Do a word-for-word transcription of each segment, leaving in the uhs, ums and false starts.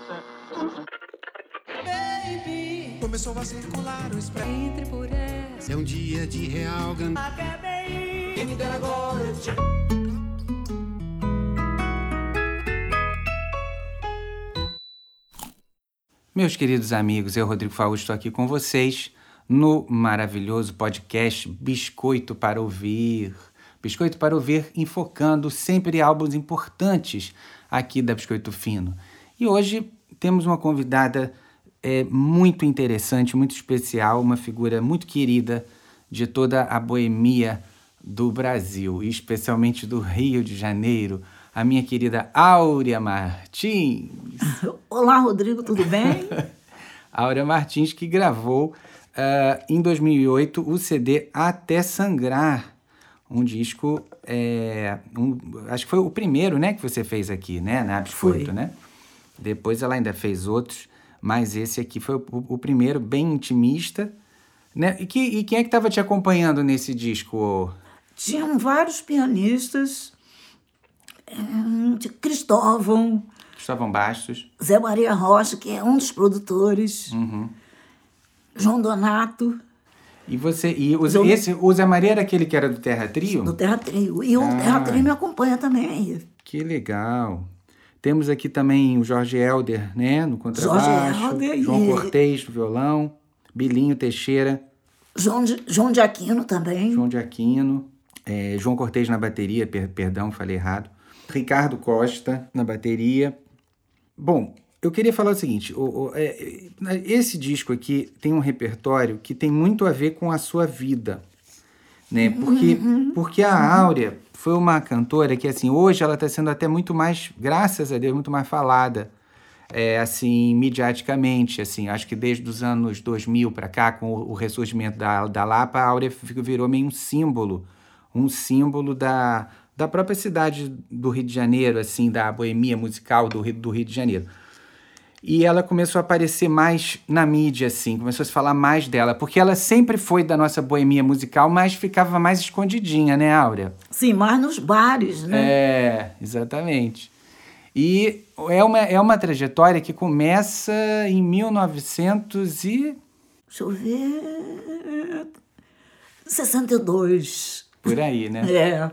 Baby, começou a circular o spray. Entre por essa. É um dia de real gan... Acabei. Quem me dera agora eu te... Meus queridos amigos, eu, Rodrigo Fausto, estou aqui com vocês no maravilhoso podcast Biscoito para Ouvir. Biscoito para Ouvir, enfocando sempre álbuns importantes aqui da Biscoito Fino. E hoje temos uma convidada é, muito interessante, muito especial, uma figura muito querida de toda a boemia do Brasil, e especialmente do Rio de Janeiro, a minha querida Áurea Martins. Olá, Rodrigo, tudo bem? Áurea Martins, que gravou uh, em dois mil e oito o C D Até Sangrar, um disco, é, um, acho que foi o primeiro, né, que você fez aqui, né, na Biscoito, foi. né? Depois ela ainda fez outros, mas esse aqui foi o, o primeiro, bem intimista, né? E, que, e quem é que estava te acompanhando nesse disco? Tinham vários pianistas, Cristóvão, Cristóvão Bastos. Zé Maria Rocha, que é um dos produtores, Uhum. João Donato. E você, e o, João... esse, o Zé Maria era aquele que era do Terra Trio? Do Terra Trio. E o Ah. Terra Trio me acompanha também aí. Que legal. Temos aqui também o Jorge Helder, né, no contrabaixo. Jorge Helder João e... Cortez no violão. Bilinho Teixeira. João de, João de Aquino também. João de Aquino. É, João Cortez na bateria, per, perdão, falei errado. Ricardo Costa na bateria. Bom, eu queria falar o seguinte, o, o, é, esse disco aqui tem um repertório que tem muito a ver com a sua vida, né? Porque, Uhum. porque a Áurea foi uma cantora que, assim, hoje ela está sendo até muito mais, graças a Deus, muito mais falada, é, assim, midiaticamente, assim, acho que desde os anos dois mil para cá, com o, o ressurgimento da, da Lapa, a Áurea virou meio um símbolo, um símbolo da... da própria cidade do Rio de Janeiro, assim, da boemia musical do Rio, do Rio de Janeiro. E ela começou a aparecer mais na mídia, assim, começou a se falar mais dela, porque ela sempre foi da nossa boemia musical, mas ficava mais escondidinha, né, Áurea? Sim, mais nos bares, né? É, exatamente. E é uma, é uma trajetória que começa em mil e novecentos e... Deixa eu ver... sessenta e dois. Por aí, né? É.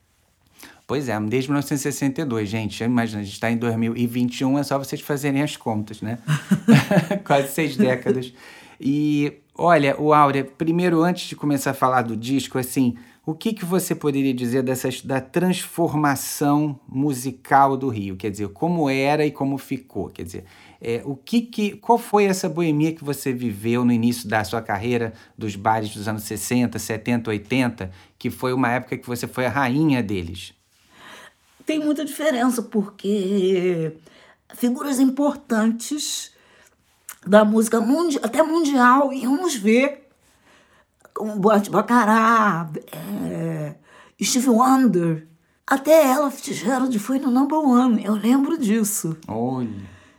Pois é, desde mil novecentos e sessenta e dois, gente. Imagina, a gente está em dois mil e vinte e um, é só vocês fazerem as contas, né? Quase seis décadas. E, olha, o Áurea, primeiro, antes de começar a falar do disco, assim, o que, que você poderia dizer dessas, da transformação musical do Rio? Quer dizer, como era e como ficou? Quer dizer, é, o que que, qual foi essa boemia que você viveu no início da sua carreira, dos bares dos anos sessenta, setenta, oitenta, que foi uma época que você foi a rainha deles? Tem muita diferença, porque figuras importantes da música mundial, até mundial, íamos ver, como Boate Baccarat, é, Stevie Wonder. Até ela, Fitzgerald, foi no number one, eu lembro disso. Olha,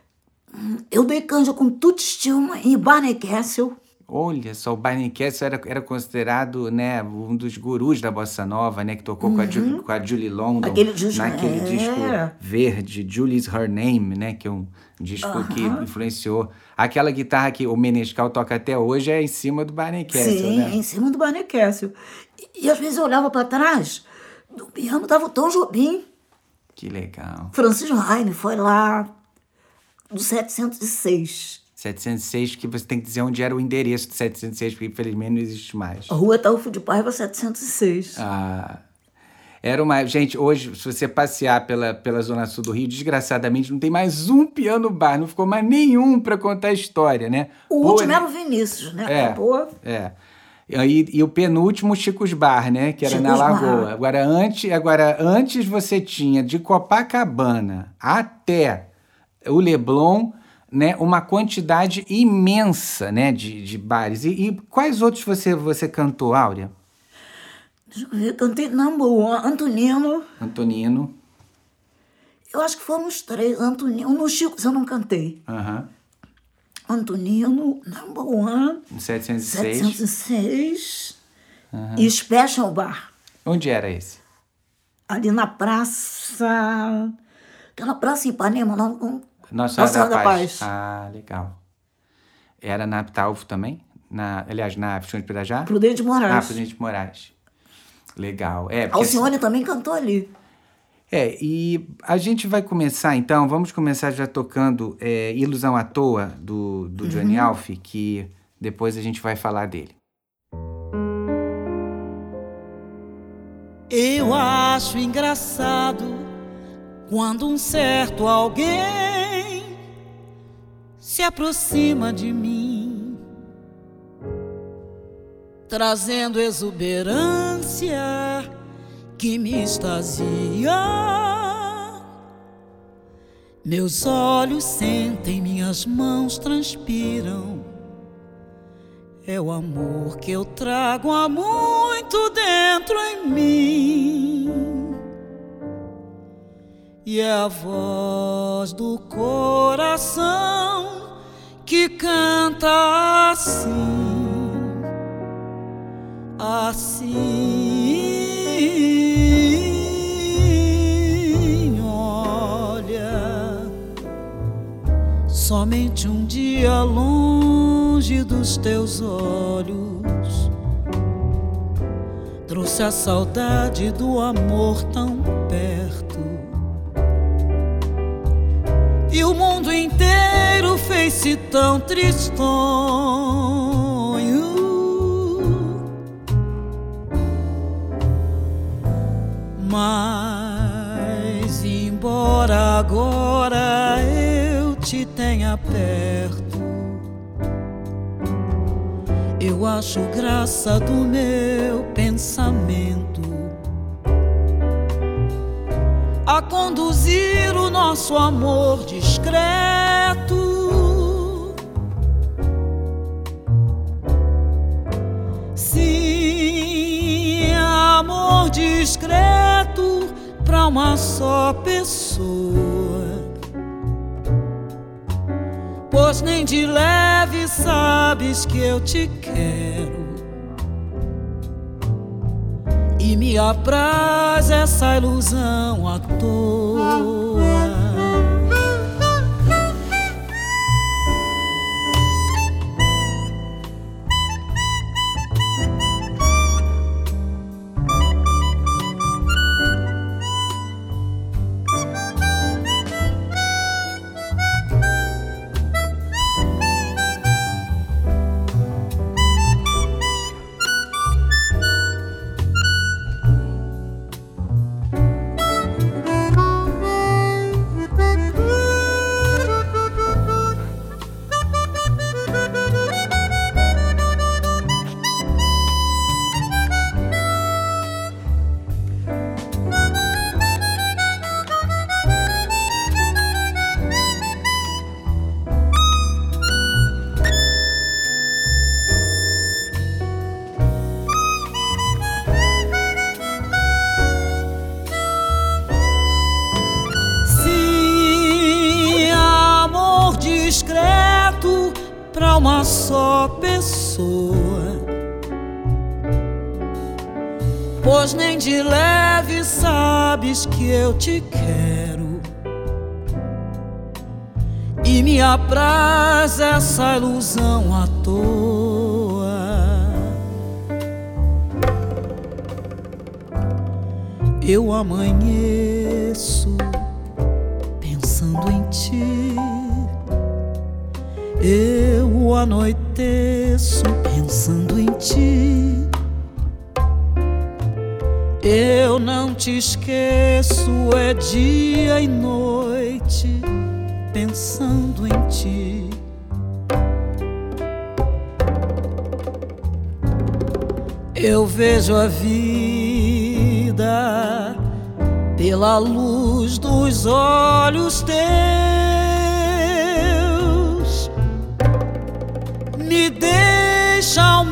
Eu dei canja com Toots Stillman e Barney Kessel. olha só, o Barney Kessel era, era considerado, né, um dos gurus da bossa nova, né, que tocou Uhum. com, a Ju, com a Julie London, Aquele disco, naquele é. disco verde, Julie's Her Name, né, que é um disco Uhum. que influenciou. Aquela guitarra que o Menescal toca até hoje é em cima do Barney Kessel, Sim, né? em cima do Barney Kessel. E, e às vezes eu olhava para trás, do piano estava o Tom Jobim. Que legal. Francis Heine foi lá do setecentos e seis. setecentos e seis, que você tem que dizer onde era o endereço do setecentos e seis, porque infelizmente não existe mais. A Rua Taúfo de Paiva, setecentos e seis. Ah, era uma... Gente, hoje, se você passear pela, pela Zona Sul do Rio, desgraçadamente, não tem mais um piano bar, não ficou mais nenhum para contar a história, né? O Pô, último né? era o Vinícius, né? É, Acabou. é. E, e o penúltimo, Chico's Bar, né? Que era Chico's na Bar. Lagoa. Agora antes, agora, antes você tinha de Copacabana até o Leblon, né, uma quantidade imensa, né, de, de bares. E, e quais outros você, você cantou, Áurea? Deixa eu ver, cantei number one, Antonino. Antonino. Eu acho que foram os três, Antonino. No Chico eu não cantei. Aham. Antonino, number one, setecentos e seis. setecentos e seis e Special Bar. Onde era esse? Ali na praça... Aquela praça em Ipanema, não, Nossa Senhora, Nossa Senhora da, da Paz. Paz. Ah, legal. Era na Talvo também? Na, aliás, na Visconde de Pirajá? Prudente de Moraes. Ah, Prudente de Moraes. Legal. É, porque, Alcione também cantou ali. É, e a gente vai começar, então, vamos começar já tocando é, Ilusão à Toa, do, do Johnny Uhum. Alf, que depois a gente vai falar dele. Eu acho engraçado quando um certo alguém se aproxima de mim, trazendo exuberância que me extasia. Meus olhos sentem, minhas mãos transpiram. É o amor que eu trago há muito dentro em mim. E é a voz do coração que canta assim, assim. Olha, somente um dia longe dos teus olhos trouxe a saudade do amor tão perto. E o mundo inteiro fez-se tão tristonho. Mas embora agora eu te tenha perto, eu acho graça do meu pensamento a conduzir o nosso amor discreto. Sim, amor discreto pra uma só pessoa, pois nem de leve sabes que eu te quero. E me apraz essa ilusão à toa. Pra uma só pessoa, pois nem de leve sabes que eu te quero. E me apraz essa ilusão à toa. Eu amanheço pensando em ti, eu anoiteço pensando em ti. Eu não te esqueço, é dia e noite pensando em ti. Eu vejo a vida pela luz dos olhos teus. Me deixa ao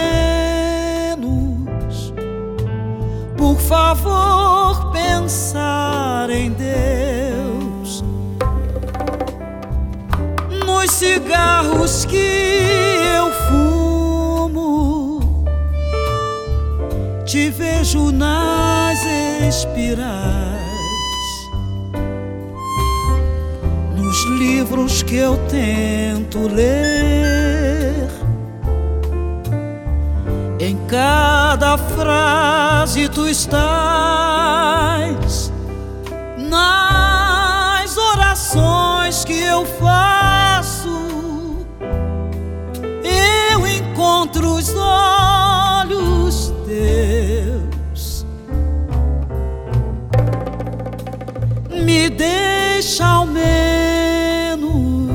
menos, por favor, pensar em Deus. Nos cigarros que eu fumo, te vejo nas espirais. Nos livros que eu tento ler, em cada frase tu estás, nas orações que eu faço, eu encontro os olhos teus. Me deixa ao menos,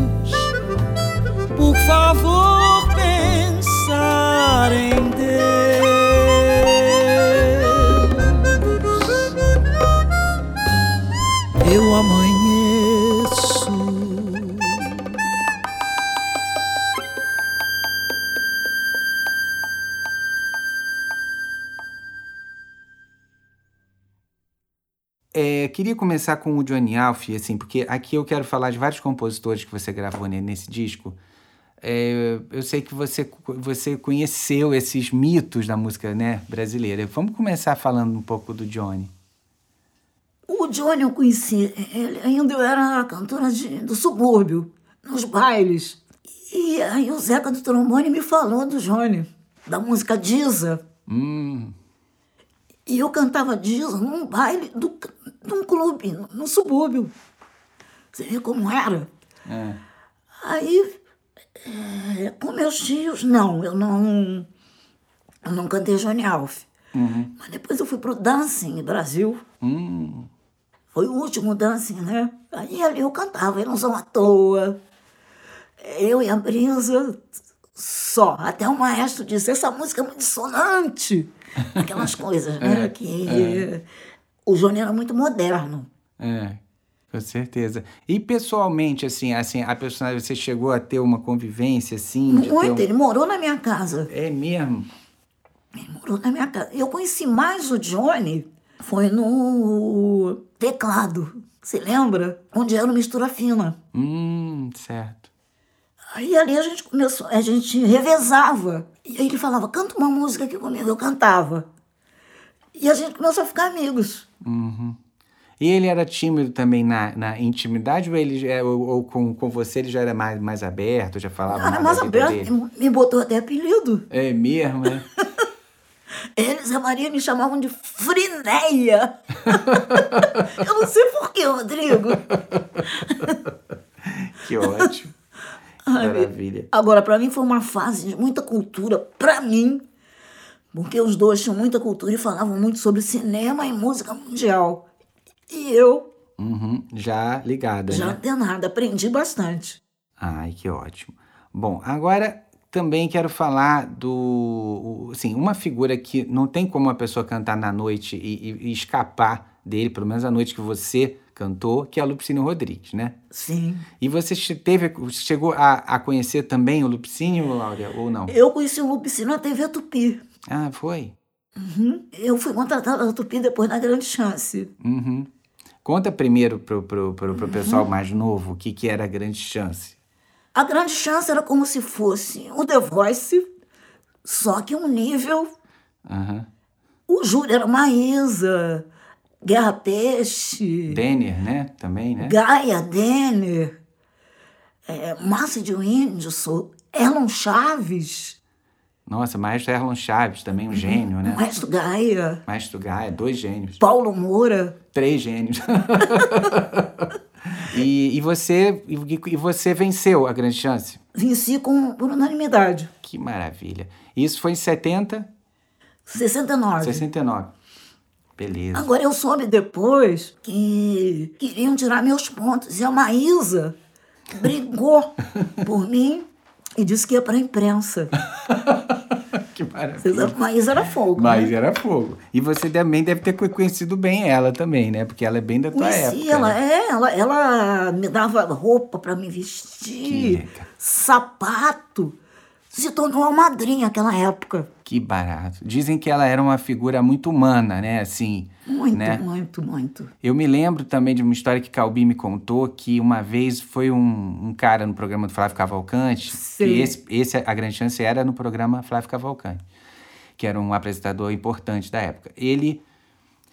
por favor, pensar em Deus. Eu amanheço. É, queria começar com o Johnny Alf, assim, porque aqui eu quero falar de vários compositores que você gravou nesse disco. É, eu sei que você, você conheceu esses mitos da música, né, brasileira. Vamos começar falando um pouco do Johnny. O Johnny eu conheci, ele, ainda eu era cantora de, do subúrbio, nos bailes. E aí o Zeca do trombone me falou do Johnny, da música Diza. Hum. E eu cantava Diza num baile do, de um clube, no, no subúrbio. Você vê como era? É. Aí, é, com meus tios, não, eu não, eu não cantei Johnny Alf. Uhum. Mas depois eu fui pro Dancing Brasil. Hum. Foi o último Dancing, né? Aí ali eu cantava, eu não sou à toa. Eu e a Brisa, só. Até o maestro disse, essa música é muito dissonante. Aquelas coisas, né? É, que é. O Johnny era muito moderno. É, com certeza. E pessoalmente, assim, assim, a personagem, você chegou a ter uma convivência, assim? de Muito, ter um... ele morou na minha casa. É mesmo? Ele morou na minha casa. Eu conheci mais o Johnny, foi no teclado, você lembra? Onde era o Mistura Fina. Hum, certo. Aí ali a gente começou, a gente revezava. E aí ele falava, canta uma música aqui comigo, eu cantava. E a gente começou a ficar amigos. Uhum. E ele era tímido também na, na intimidade ou, ele, já- ou, ou com, com você ele já era mais, mais aberto, já falava Era mais mais da vida aberto, dele? me- me botou até apelido. É mesmo, né? Eles, a Maria, me chamavam de Frineia. Eu não sei por quê, Rodrigo. Que ótimo. Maravilha. Agora, para mim foi uma fase de muita cultura, para mim, porque os dois tinham muita cultura e falavam muito sobre cinema e música mundial. E eu, Uhum. Já ligada, já né? antenada, aprendi bastante. Ai, que ótimo. Bom, agora também quero falar do... o- assim, uma figura que não tem como a pessoa cantar na noite e, e- e escapar dele, pelo menos a noite que você cantou, que é o Lupicínio Rodrigues, né? Sim. E você che- teve, chegou a, a conhecer também o Lupicínio, Laura, ou não? Eu conheci o Lupicínio na T V Tupi. Ah, foi? Uhum. Eu fui contratada da Tupi depois da Grande Chance. Uhum. Conta primeiro pro, pro, pro, pro pessoal mais novo o que, que era a Grande Chance. A Grande Chance era como se fosse o The Voice, só que um nível... Aham. O júri era Maísa, Guerra Peixe... Denner, né? Também, né? Gaia, Denner, é, Márcia de Whindersson, Erlon Chaves, Nossa, Maestro Erlon Chaves, também um gênio, né? Maestro Gaia, Maestro Gaia, dois gênios. Paulo Moura. Três gênios. e, e, você, e, e você venceu a Grande Chance? Venci com, por unanimidade. Que maravilha. Isso foi em setenta, sessenta e nove. sessenta e nove. Beleza. Agora eu soube depois que queriam tirar meus pontos. E a Maísa brigou por mim e disse que ia para a imprensa. Que Vocês maravilha. sabem que Maísa era fogo. Mas né? era fogo. E você também deve ter conhecido bem ela também, né? Porque ela é bem da tua Conheci época. ela, né? é, ela, ela me dava roupa para me Que vestir, legal. sapato. Se tornou uma madrinha naquela época. Que barato. Dizem que ela era uma figura muito humana, né? Assim, Muito, né? muito, muito. Eu me lembro também de uma história que Calbi me contou, que uma vez foi um, um cara no programa do Flávio Cavalcante, Sim. que esse, esse, a Grande Chance era no programa Flávio Cavalcante, que era um apresentador importante da época. Ele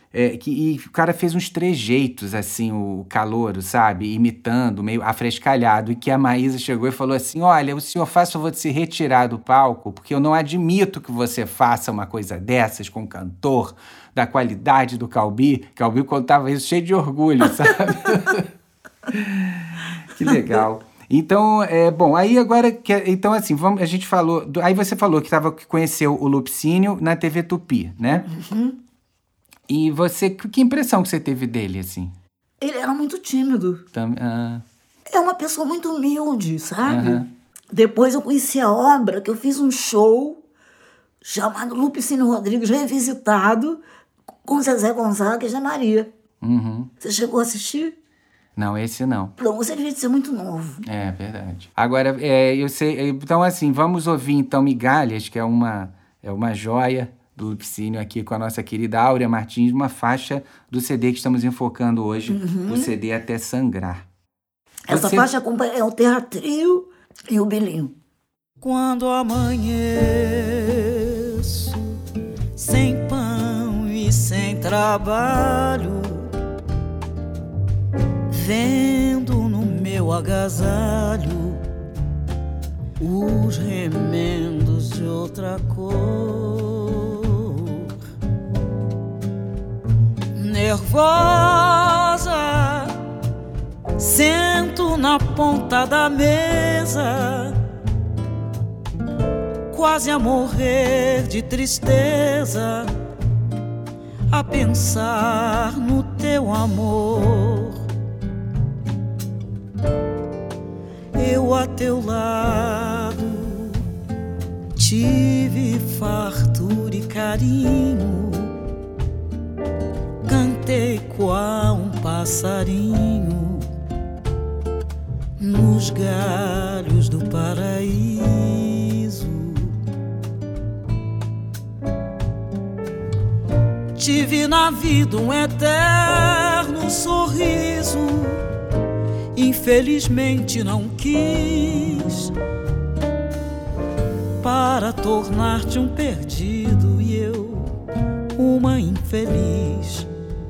É, que, e o cara fez uns trejeitos, assim, o Calouro, sabe? Imitando, meio afrescalhado. E que a Maísa chegou e falou assim, olha, o senhor faz favor de se retirar do palco, porque eu não admito que você faça uma coisa dessas com um cantor da qualidade do Calbi. Calbi contava isso cheio de orgulho, sabe? Que legal. Então, é, bom, aí agora, que, então assim, vamos, a gente falou, aí você falou que, tava, que conheceu o Lupicínio na T V Tupi, né? Uhum. E você, que impressão que você teve dele, assim? Ele era muito tímido. Tam, ah. É uma pessoa muito humilde, sabe? Uhum. Depois eu conheci a obra, que eu fiz um show chamado Lupicínio Rodrigues Revisitado, com Zezé Gonzaga e Zé Maria. Uhum. Você chegou a assistir? Não, esse não. Então, você devia ser muito novo. É, verdade. Agora, é, eu sei... Então, assim, vamos ouvir, então, Migalhas, que é uma, é uma joia do Lupicínio aqui com a nossa querida Áurea Martins, uma faixa do C D que estamos enfocando hoje, uhum. O C D Até Sangrar. Essa Você... faixa é o Teatrio e o Bilinho. Quando amanheço, sem pão e sem trabalho, vendo no meu agasalho os remendos de outra cor. Nervosa, sento na ponta da mesa, quase a morrer de tristeza, a pensar no teu amor. Eu a teu lado tive fartura e carinho, cantei qual um passarinho nos galhos do paraíso. Tive na vida um eterno sorriso, infelizmente não quis, para tornar-te um perdido e eu uma infeliz.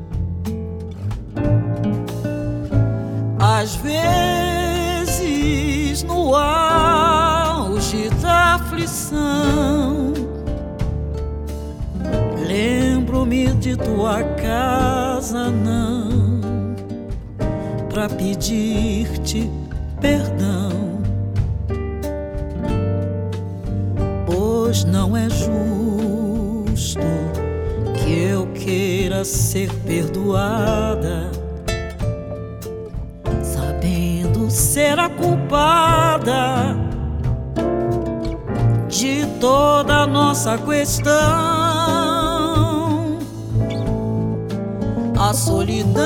Às vezes, no auge da aflição, lembro-me de tua casa, não, pra pedir-te perdão, pois não é justo que eu queira ser perdoada, sabendo ser a culpada de toda a nossa questão. A solidão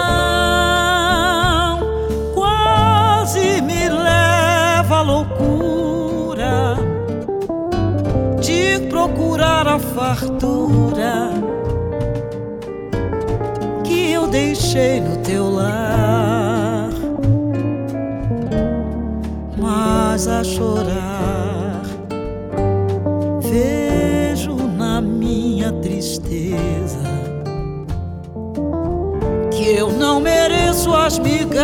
quase me leva à loucura de procurar a fartura que eu deixei no teu lar, mas a chorar vejo na minha tristeza que eu não mereço as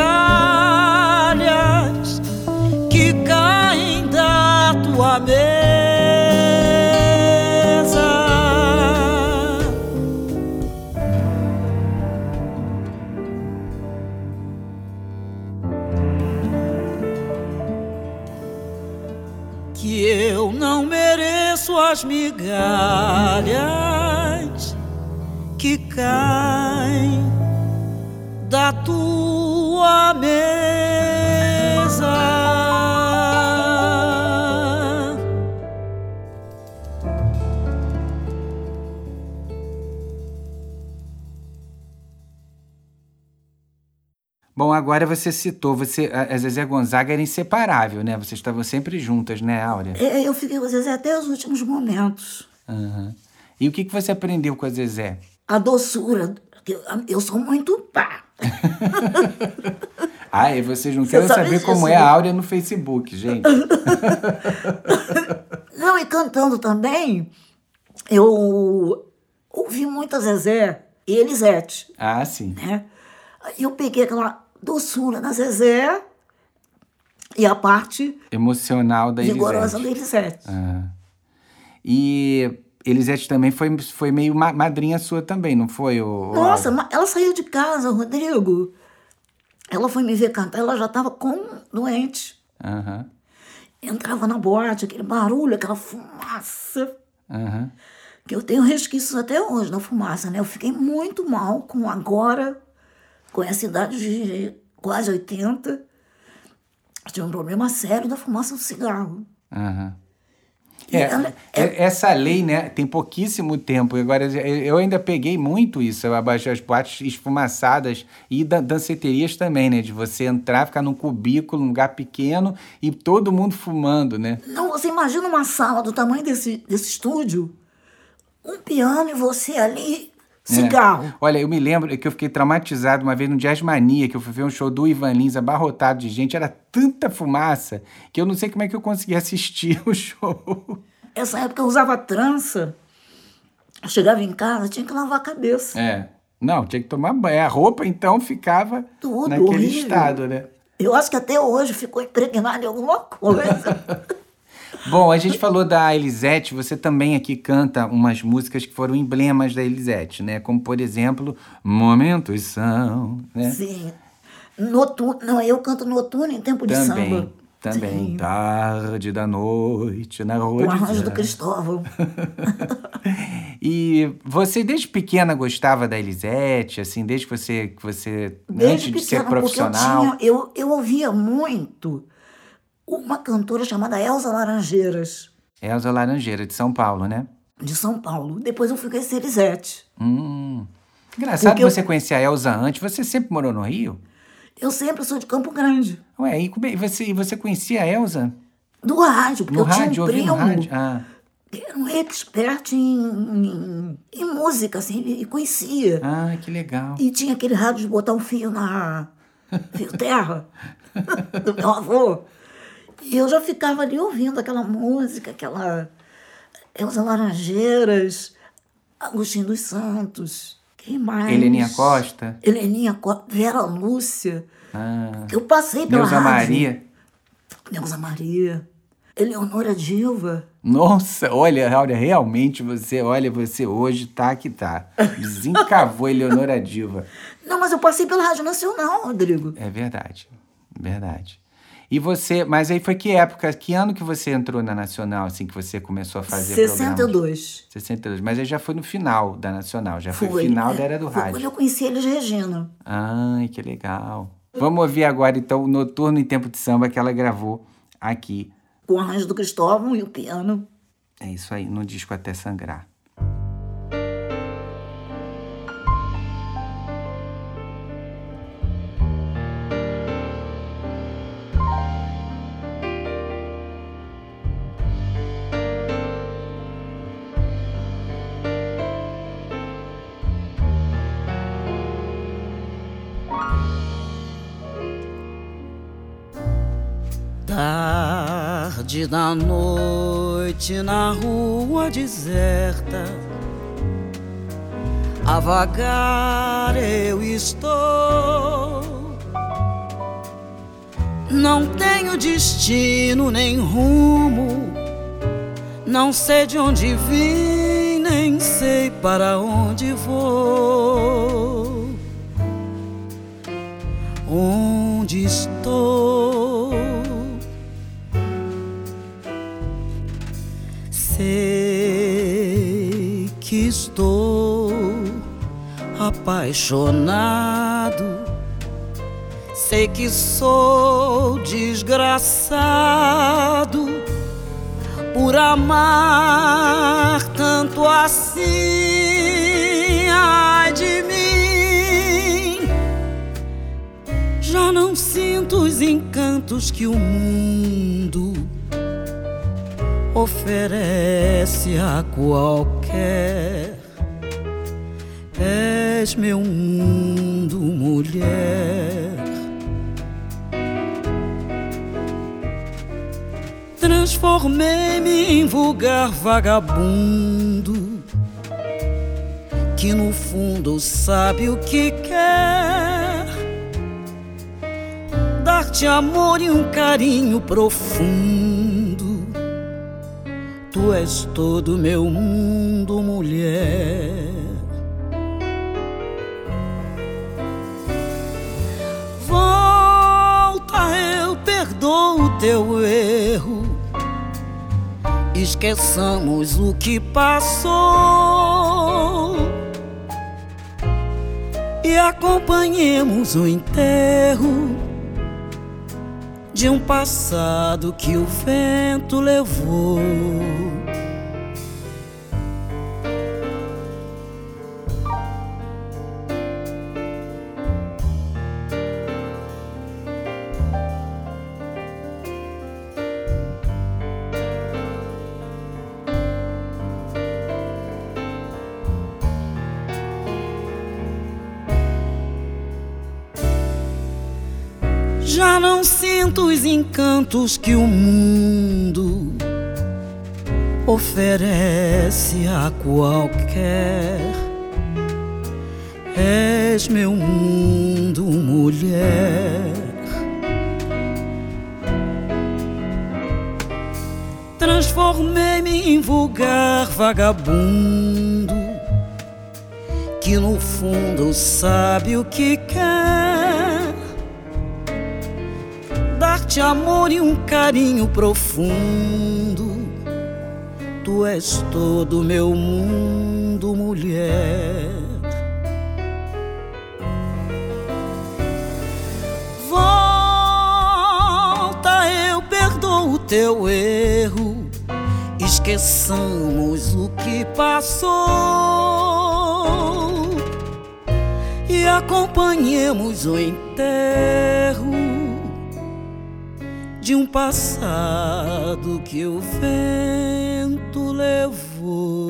migalhas que caem da tua mesa. Que eu não mereço as migalhas que caem da tua mesa. Bom, agora você citou, você, a Zezé Gonzaga era inseparável, né? Vocês estavam sempre juntas, né, Áurea? É, eu fiquei com a Zezé até os últimos momentos. Uhum. E o que, que você aprendeu com a Zezé? A doçura. Eu sou muito pá. Ah, e vocês não querem saber disso, como é a Áurea no Facebook, gente. Não, e cantando também, eu ouvi muito a Zezé e Elisete. Ah, sim. Né? Aí eu peguei aquela doçura da Zezé e a parte emocional da vigorosa Elisete. da Elisete. Ah. E Elisete também foi, foi meio ma- madrinha sua também, não foi? O, Nossa, o... ma- ela saiu de casa, Rodrigo. Ela foi me ver cantar, ela já estava com doente. Aham. Entrava na boate, aquele barulho, aquela fumaça. Aham. Que eu tenho resquícios até hoje da fumaça, né? Eu fiquei muito mal com agora, com essa idade de quase oitenta. Tinha um problema sério da fumaça do cigarro. Aham. E É, ela- é- essa lei, né, tem pouquíssimo tempo. Agora, eu ainda peguei muito isso, as boates esfumaçadas e dan- danceterias também, né? De você entrar, ficar num cubículo, num lugar pequeno e todo mundo fumando, né? Não, você imagina uma sala do tamanho desse, desse estúdio, um piano e você ali, cigarro. É. Olha, eu me lembro que eu fiquei traumatizado uma vez no Jazz Mania, que eu fui ver um show do Ivan Lins abarrotado de gente, era tanta fumaça que eu não sei como é que eu consegui assistir o show. Essa época eu usava trança. Eu chegava em casa, tinha que lavar a cabeça. É. Não, tinha que tomar banho. A roupa, então, ficava Tudo naquele horrível. estado, né? Eu acho que até hoje ficou impregnado em alguma coisa. Bom, a gente falou da Elisete, você também aqui canta umas músicas que foram emblemas da Elisete, né? Como, por exemplo, Momentos São, né? Sim. Noturno, não, eu canto noturno em tempo de Também, samba. também. Sim. Tarde da noite, na rua O de arranjo do Zé. Cristóvão. E você, desde pequena, gostava da Elisete, assim, desde que você, que você Desde antes de ser pequena, profissional? porque eu, tinha, eu, eu ouvia muito uma cantora chamada Elza Laranjeiras, Elza Laranjeira, de São Paulo, né? de São Paulo. Depois eu fui conhecer Elisete. Hum. Engraçado Porque eu- você conhecer a Elza antes. Você sempre morou no Rio? Eu sempre sou de Campo Grande, Ué, e como é- você, e você conhecia a Elza? do rádio, porque No eu rádio, tinha um ouvi no primo rádio? Ah, que era um expert em, em, em música, assim, e conhecia. ah, que legal. E tinha aquele rádio de botar um fio na fio terra do meu avô. E eu já ficava ali ouvindo aquela música, aquela Elza Laranjeiras, Agostinho dos Santos, quem mais? Heleninha Costa? Heleninha Costa, Vera Lúcia. Ah, Eu passei pela Neuza rádio. Maria. Neuza Maria. Eleonora Dilva. Nossa, olha, olha, realmente você, olha, você hoje tá que tá. Desencavou Eleonora Dilva. Não, mas eu passei pela Rádio Nacional, Rodrigo. É verdade, verdade. E você, mas aí foi que época, que ano que você entrou na Nacional, assim, que você começou a fazer sessenta e programas? dois. sessenta e dois. Mas aí já foi no final da Nacional, já foi, Foi. final é, da era do foi rádio. quando eu conheci eles, Regina. Ai, que legal. Vamos ouvir agora, então, o Noturno em Tempo de Samba que ela gravou aqui. Com o arranjo do Cristóvão e o piano. É isso aí, no disco Até Sangrar. Tarde da noite na rua deserta, a vagar eu estou. Não tenho destino nem rumo, não sei de onde vim, nem sei para onde vou. Onde estou? Sei que estou apaixonado, sei que sou desgraçado por amar tanto assim. Ai de mim, já não sinto os encantos que o mundo oferece a qualquer. És meu mundo, mulher. Transformei-me em vulgar vagabundo que no fundo sabe o que quer, dar-te amor e um carinho profundo. Tu és todo meu mundo, mulher. Volta, eu perdoo o teu erro, esqueçamos o que passou e acompanhemos o enterro de um passado que o vento levou. Já não sinto os encantos que o mundo oferece a qualquer. És meu mundo, mulher. Transformei-me em vulgar vagabundo que no fundo sabe o que quer, dar-te amor e um carinho profundo. Tu és todo meu mundo, mulher. Volta, eu perdoo o teu erro, esqueçamos o que passou e acompanhemos o enterro de um passado que o vento levou.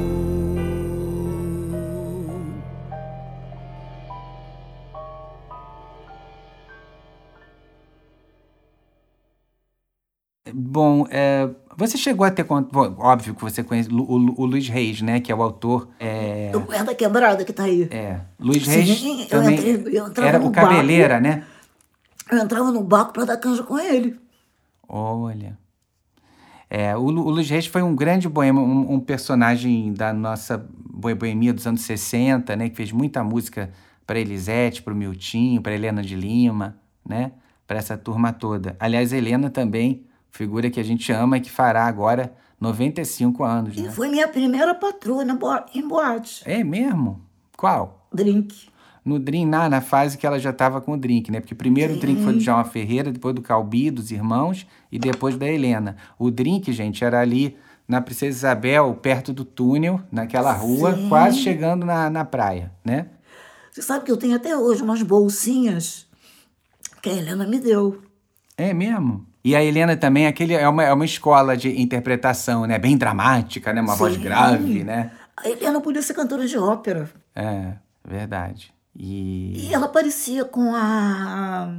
Bom, é, você chegou a ter... Bom, óbvio que você conhece o, o, o Luiz Reis, né? Que é o autor... É, O Guarda Quebrada que tá aí. é, Luiz Reis Sim, eu também entrei- eu entrava era no o Cabeleira, barco. né? Eu entrava no barco pra dar canja com ele. Olha... É, o, Lu- o Luiz Reis foi um grande boêmio, um, um personagem da nossa boi- boemia dos anos sessenta, né? Que fez muita música para Elisete, para o Miltinho, para Helena de Lima, né? Para essa turma toda. Aliás, Helena também, figura que a gente ama e que fará agora noventa e cinco anos, E né? foi minha primeira patroa na bo- em boate. É mesmo? Qual? Drink. No drink, na, na fase que ela já estava com o drink, né? Porque primeiro o drink foi do João Ferreira, depois do Calbi, dos irmãos, e depois da Helena. O drink, gente, era ali na Princesa Isabel, perto do túnel, naquela rua, Sim. quase chegando na, na praia, né? Você sabe que eu tenho até hoje umas bolsinhas que a Helena me deu. É mesmo? E a Helena também, aquele, é, uma, é uma escola de interpretação, né? Bem dramática, né? Uma voz Sim. grave, né? A Helena podia ser cantora de ópera. É, verdade. E... E ela parecia com a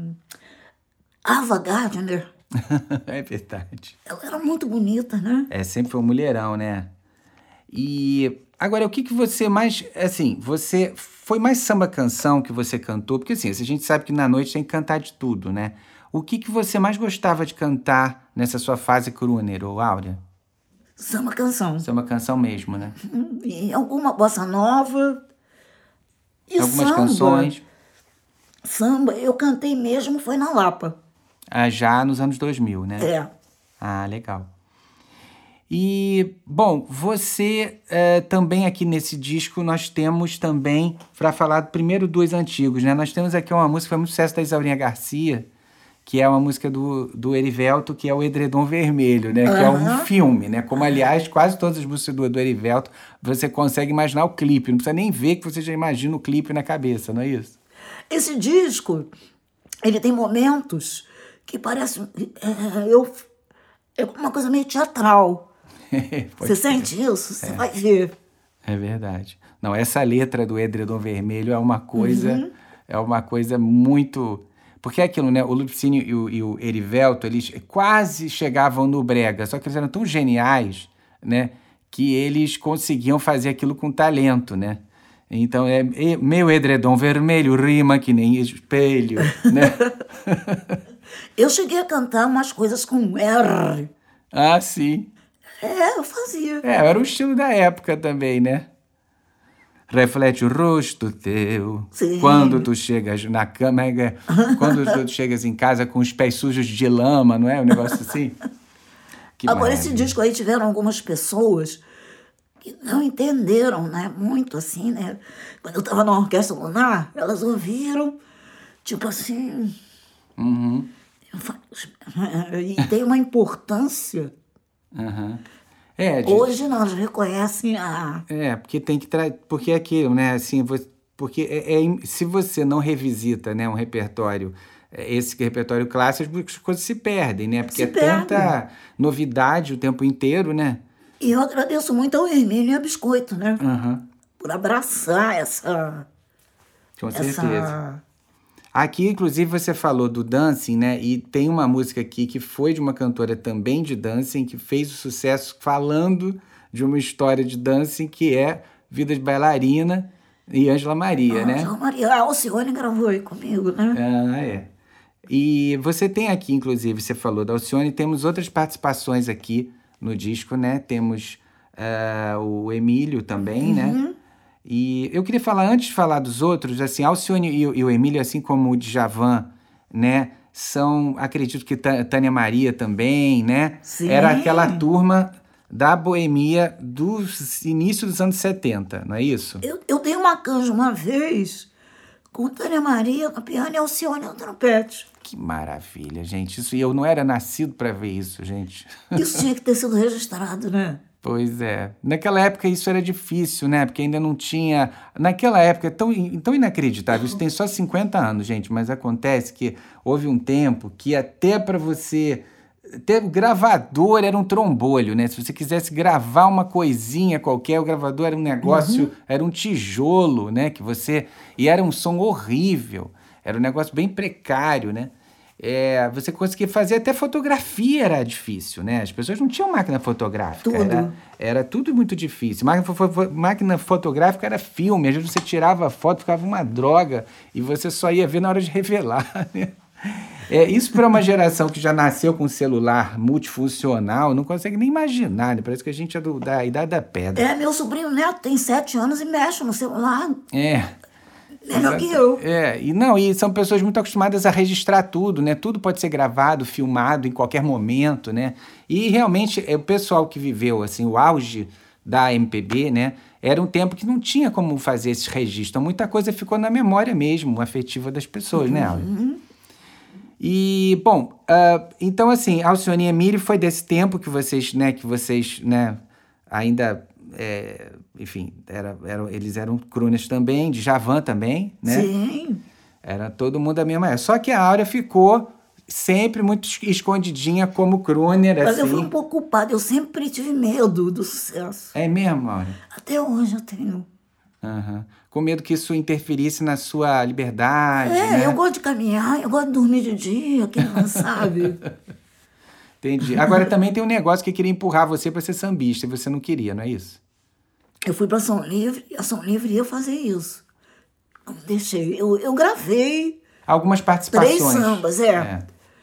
Ava Gardner. é verdade. Ela era muito bonita, né? É, sempre foi um mulherão, né? E agora, o que que você mais... Assim, você... Foi mais samba-canção que você cantou? Porque assim, a gente sabe que na noite tem que cantar de tudo, né? O que que você mais gostava de cantar nessa sua fase crooner, ou Áurea? Samba canção. Samba-canção mesmo, né? E alguma bossa nova. E Algumas samba. canções, Samba, eu cantei mesmo, foi na Lapa. ah, já nos anos dois mil, né? É. Ah, legal. E, bom, você eh, também aqui nesse disco, nós temos também, para falar primeiro dos antigos, né? Nós temos aqui uma música que foi muito sucesso da Isaurinha Garcia, que é uma música do, do Erivelto, que é o Edredom Vermelho, né? Que é um Aham. filme, né? Como, aliás, quase todas as músicas do, do Erivelto, você consegue imaginar o clipe. Não precisa nem ver que você já imagina o clipe na cabeça, não é isso? Esse disco, ele tem momentos que parecem... É, eu, é uma coisa meio teatral. Pode Você ser. sente isso? Você vai ver. É verdade. Não, essa letra do Edredom Vermelho é uma coisa, é uma coisa muito... Porque é aquilo, né? O Lupicínio e o, e o Erivelto, eles quase chegavam no brega, só que eles eram tão geniais, né? Que eles conseguiam fazer aquilo com talento, né? Então, é, é meu edredom vermelho rima que nem espelho, né? Eu cheguei a cantar umas coisas com R. Ah, sim. É, eu fazia. É, era o estilo da época também, né? Reflete o rosto teu. Sim. Quando tu chegas na cama, é, quando tu chegas em casa com os pés sujos de lama, não é? Um negócio assim. Que Agora, esse maravilha. disco aí tiveram algumas pessoas que não entenderam, né? Muito assim, né? Quando eu estava na Orquestra Lunar, elas ouviram, tipo assim. Uhum, eu fa- E tem uma importância. uhum. É, de- Hoje nós reconhecem a. é, porque tem que tra... porque é aquilo, né? Assim, você... porque é, é im- se você não revisita, né, um repertório, é, esse repertório clássico, as coisas se perdem, né? Porque Se é tanta perdem. novidade o tempo inteiro, né? E eu agradeço muito ao Hermínio e a Biscoito, né? Aham, Por abraçar essa. com certeza. essa... Aqui, inclusive, você falou do dancing, né? E tem uma música aqui que foi de uma cantora também de dancing, que fez o sucesso falando de uma história de dancing que é Vida de Bailarina e Ângela Maria, né? João Maria, a Alcione gravou aí comigo, né? Ah, é. E você tem aqui, inclusive, você falou da Alcione, temos outras participações aqui no disco, né? Temos ah, o Emílio também, né? E eu queria falar, antes de falar dos outros, assim, a Alcione e, o- e o Emílio, assim como o Djavan, né? São, acredito que Tâ- Tânia Maria também, né? Sim. Era aquela turma da boemia do início dos anos setenta, não é isso? Eu, eu dei uma canja uma vez com Tânia Maria no piano e Alcione no trompete. Que maravilha, gente. Isso, e eu não era nascido para ver isso, gente. Isso tinha que ter sido registrado, né? Pois é. Naquela época isso era difícil, né? Porque ainda não tinha... Naquela época é tão, in- tão inacreditável. Isso tem só cinquenta anos, gente. Mas acontece que houve um tempo que até para você... Até o gravador era um trombolho, né? Se você quisesse gravar uma coisinha qualquer, o gravador era um negócio... Era um tijolo, né? Que você... E era um som horrível. Era um negócio bem precário, né? É, você conseguia fazer até fotografia era difícil, né? As pessoas não tinham máquina fotográfica. Tudo. Era, era tudo muito difícil. Máquina, fo- fo- máquina fotográfica era filme. Às vezes você tirava a foto, ficava uma droga e você só ia ver na hora de revelar, né? É, isso para uma geração que já nasceu com celular multifuncional, não consegue nem imaginar, né? Parece que a gente é do- da idade da pedra. É, meu sobrinho neto tem sete anos e mexe no celular. É. Melhor que eu. É, e não, e são pessoas muito acostumadas a registrar tudo, né? Tudo pode ser gravado, filmado em qualquer momento, né? E realmente é o pessoal que viveu assim o auge da M P B, né? Era um tempo que não tinha como fazer esse registro. Então, muita coisa ficou na memória mesmo, afetiva das pessoas, né, Áurea? E, bom, ah, então assim, Alcione e Emílio foi desse tempo que vocês, né, que vocês, né, ainda, é, enfim, era, eram, eles eram crooners também, Djavan também, né? Sim. Era todo mundo da mesma época. Só que a Áurea ficou sempre muito es- escondidinha como crooner, Mas assim. eu fui um pouco culpada, eu sempre tive medo do sucesso. É mesmo, Áurea? Até hoje eu tenho. Aham. Com medo que isso interferisse na sua liberdade, É, né? eu gosto de caminhar, eu gosto de dormir de dia, quem não sabe. Entendi. Agora também tem um negócio que queria empurrar você para ser sambista e você não queria, não é isso? Eu fui pra São Livre e a São Livre ia fazer isso. Não deixei. Eu, eu gravei, Algumas participações. Três sambas, é.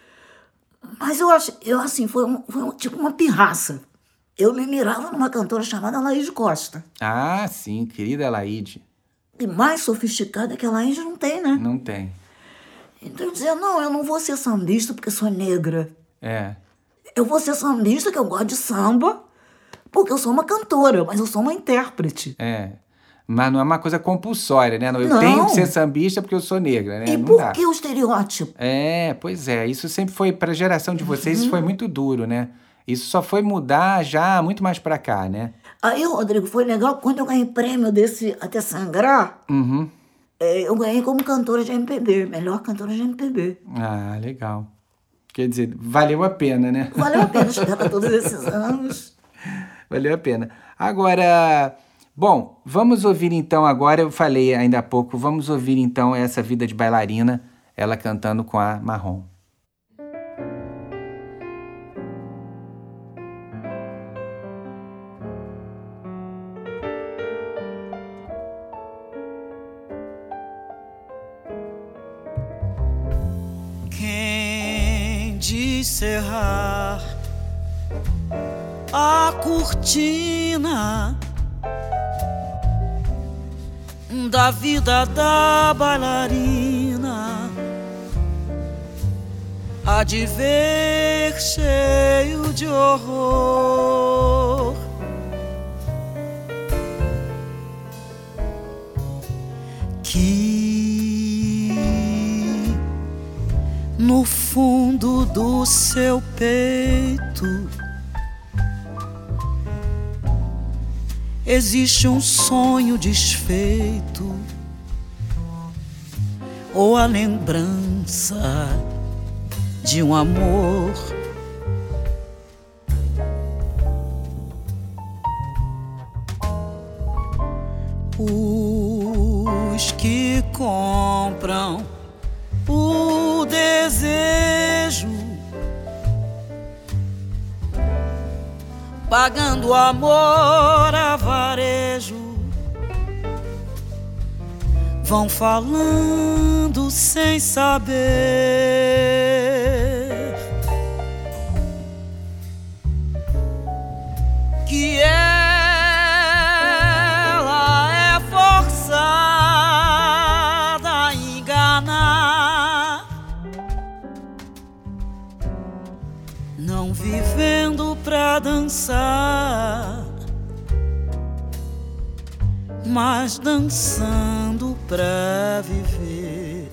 mas eu acho, eu assim, foi, um, foi um- tipo uma pirraça. Eu me mirava numa cantora chamada Laís Costa. Ah, sim, querida Laide. E mais sofisticada que a Laís não tem, né? Não tem. Então eu dizia, não, eu não vou ser sambista porque sou negra. É. Eu vou ser sambista, que eu gosto de samba, porque eu sou uma cantora, mas eu sou uma intérprete. É. Mas não é uma coisa compulsória, né? Eu Não. tenho que ser sambista porque eu sou negra, né? E não por dá. que o estereótipo? É, pois é. Isso sempre foi, para a geração de vocês, isso foi muito duro, né? Isso só foi mudar já muito mais pra cá, né? Aí, Rodrigo, foi legal quando eu ganhei prêmio desse Até Sangrar, Uhum. é, eu ganhei como cantora de M P B, melhor cantora de M P B. Ah, legal. Quer dizer, valeu a pena, né? Valeu a pena esperar todos esses anos. Valeu a pena. Agora, bom, vamos ouvir então agora, eu falei ainda há pouco, vamos ouvir então essa Vida de Bailarina, ela cantando com a Marrom. encerrar a cortina da vida da bailarina, há de ver cheio de horror que no fundo do seu peito existe um sonho desfeito ou a lembrança de um amor. Os que compram o desejo, pagando amor a varejo, vão falando sem saber que ela é forçada a enganar, não vivendo pra dançar, mas dançando pra viver.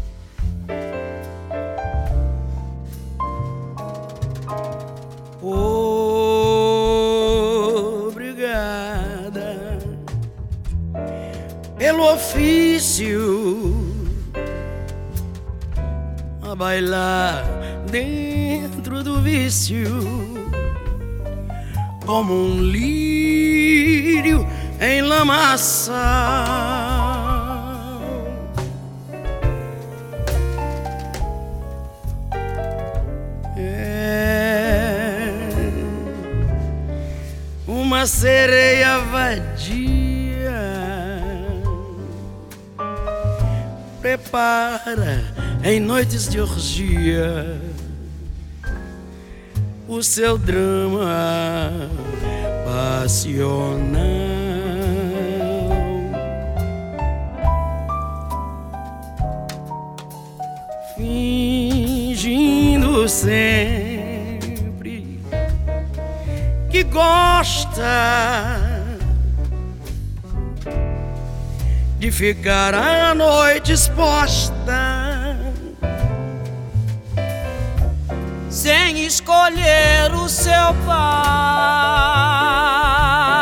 Obrigada pelo ofício a bailar dentro do vício, como um lírio em lamaçal. É uma sereia vadia, prepara em noites de orgia o seu drama passional, fingindo sempre que gosta de ficar à noite exposta, sem escolher o seu par.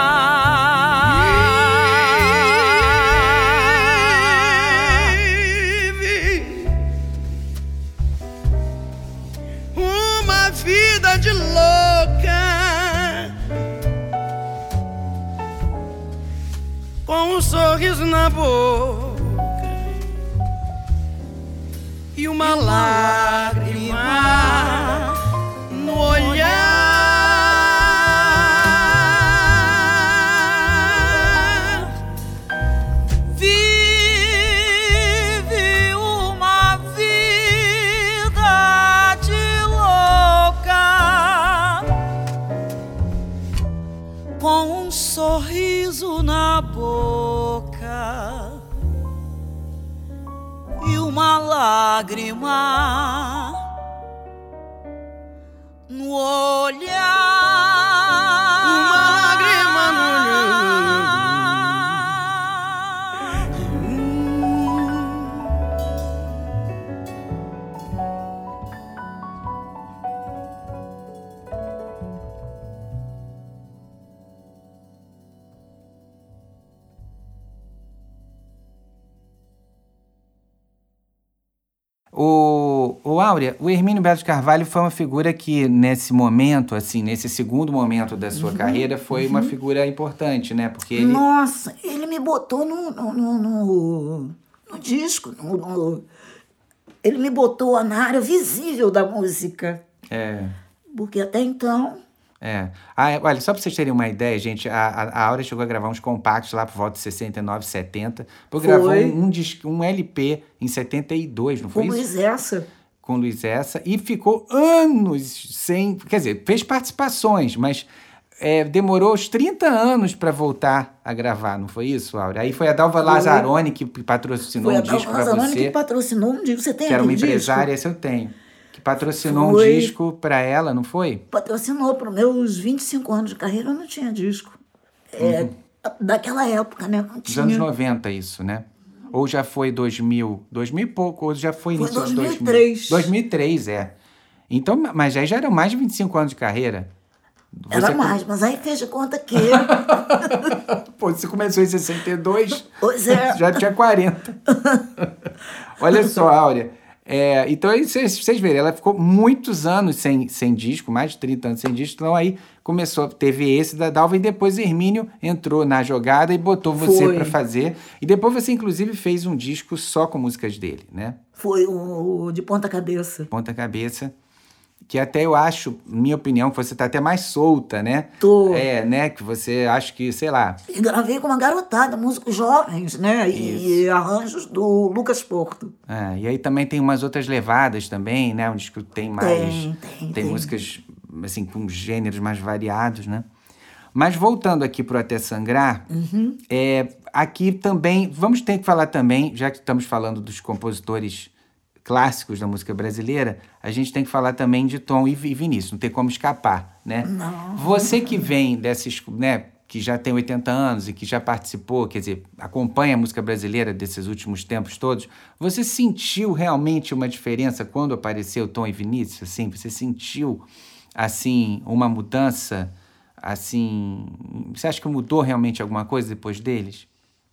Vive uma vida de louca, com um sorriso na boca e uma lágrima no olhar. Vive uma vida de louca, com um sorriso na boca e uma lágrima no olhar. Uma lágrima no O, o Áurea, o Hermínio Belo de Carvalho foi uma figura que, nesse momento, assim, nesse segundo momento da sua uhum, carreira, foi uhum. uma figura importante, né? Porque ele... Nossa, ele me botou no, no, no, no, no disco, no, no, ele me botou na área visível da música. É. Porque até então... É. Ah, olha, só pra vocês terem uma ideia, gente, a, a, a Áurea chegou a gravar uns compactos lá por volta de sessenta e nove, setenta. Depois gravou um, um, um L P em setenta e dois, não foi Como isso? essa? com Luiz Essa e ficou anos sem... Quer dizer, fez participações, mas é, demorou uns trinta anos para voltar a gravar, não foi isso, Áurea? Aí foi a Dalva Lazzaroni que patrocinou um disco para você. Foi a Dalva Lazzaroni que patrocinou um disco. Você tem que era uma disco? empresária, esse eu tenho. Que patrocinou foi. um disco para ela, não foi? Patrocinou. Para os meus vinte e cinco anos de carreira, eu não tinha disco. É, uhum. Daquela época, né? Não tinha. Dos anos noventa, isso, né? Ou já foi dois mil, dois mil e pouco, ou já foi início de dois mil e três. dois mil e três, é. Então, mas aí já eram mais de vinte e cinco anos de carreira. Você Era mais, mas aí fez de conta que... Pô, você começou em sessenta e dois, pois é. Já tinha quarenta. Olha só, Áurea. É, então, aí vocês, vocês verem, ela ficou muitos anos sem, sem disco, mais de trinta anos sem disco, então aí começou, teve esse da Dalva e depois Hermínio entrou na jogada e botou você para fazer. E depois você, inclusive, fez um disco só com músicas dele, né? Foi o de Ponta Cabeça. Ponta Cabeça. Que até eu acho, minha opinião, que você tá até mais solta, né? Tô. É, né? Que você acha que, sei lá... E gravei com uma garotada, músicos jovens, né? E, e arranjos do Lucas Porto. É, e aí também tem umas outras levadas também, né? Um disco tem mais... Tem, tem, tem. Tem músicas, assim, com gêneros mais variados, né? Mas voltando aqui pro Até Sangrar, uhum. é, aqui também... Vamos ter que falar também, já que estamos falando dos compositores... clássicos da música brasileira, a gente tem que falar também de Tom e Vinícius, não tem como escapar, né? Não. Você que vem desses, né, que já tem oitenta anos e que já participou, quer dizer, acompanha a música brasileira desses últimos tempos todos, você sentiu realmente uma diferença quando apareceu Tom e Vinícius, assim? Você sentiu, assim, uma mudança, assim... Você acha que mudou realmente alguma coisa depois deles?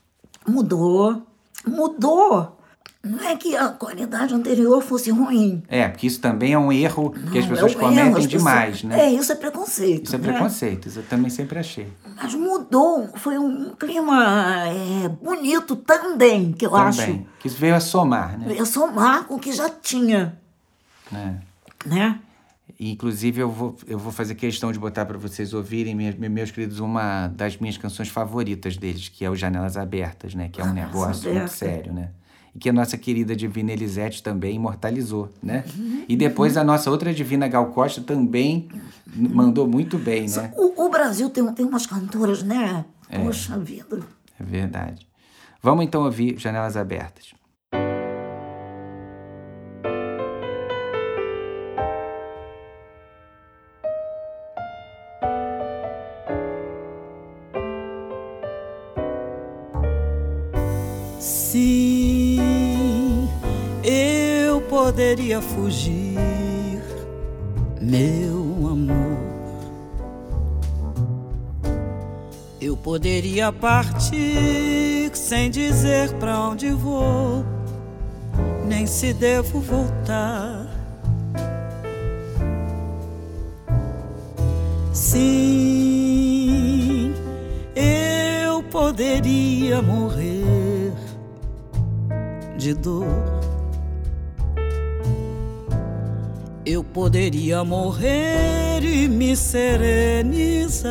Mudou, mudou. Não é que a qualidade anterior fosse ruim. É, porque isso também é um erro Não, que as pessoas é um cometem erro, as demais, pessoas... né? É, isso é preconceito. Isso é né? preconceito, isso eu também sempre achei. Mas mudou, foi um clima é, bonito também, que eu também. acho. Que isso veio a somar, né? Veio a somar com o que já tinha. É. Né? E, inclusive, eu vou, eu vou fazer questão de botar para vocês ouvirem, meus, meus queridos, uma das minhas canções favoritas deles, que é o Janelas Abertas, né? Que é um Janelas negócio Abertas. muito sério, né? E que a nossa querida Divina Elisete também imortalizou, né? Uhum, e depois uhum. a nossa outra Divina Gal Costa também uhum. mandou muito bem, né? O, o Brasil tem, tem umas cantoras, né? É. Poxa vida. É verdade. Vamos então ouvir Janelas Abertas. Sim, eu poderia fugir, meu amor. Eu poderia partir sem dizer pra onde vou, nem se devo voltar. Sim, eu poderia morrer de dor. Eu poderia morrer e me serenizar.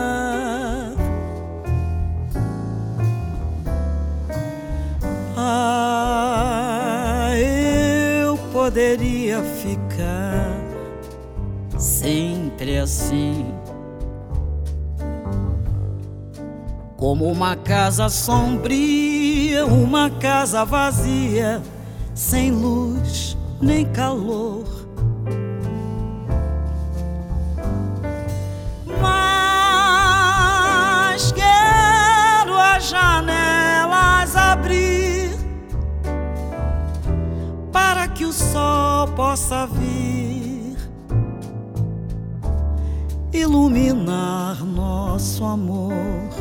Ah, eu poderia ficar sempre assim, como uma casa sombria, uma casa vazia, sem luz nem calor. Mas quero as janelas abrir para que o sol possa vir iluminar nosso amor.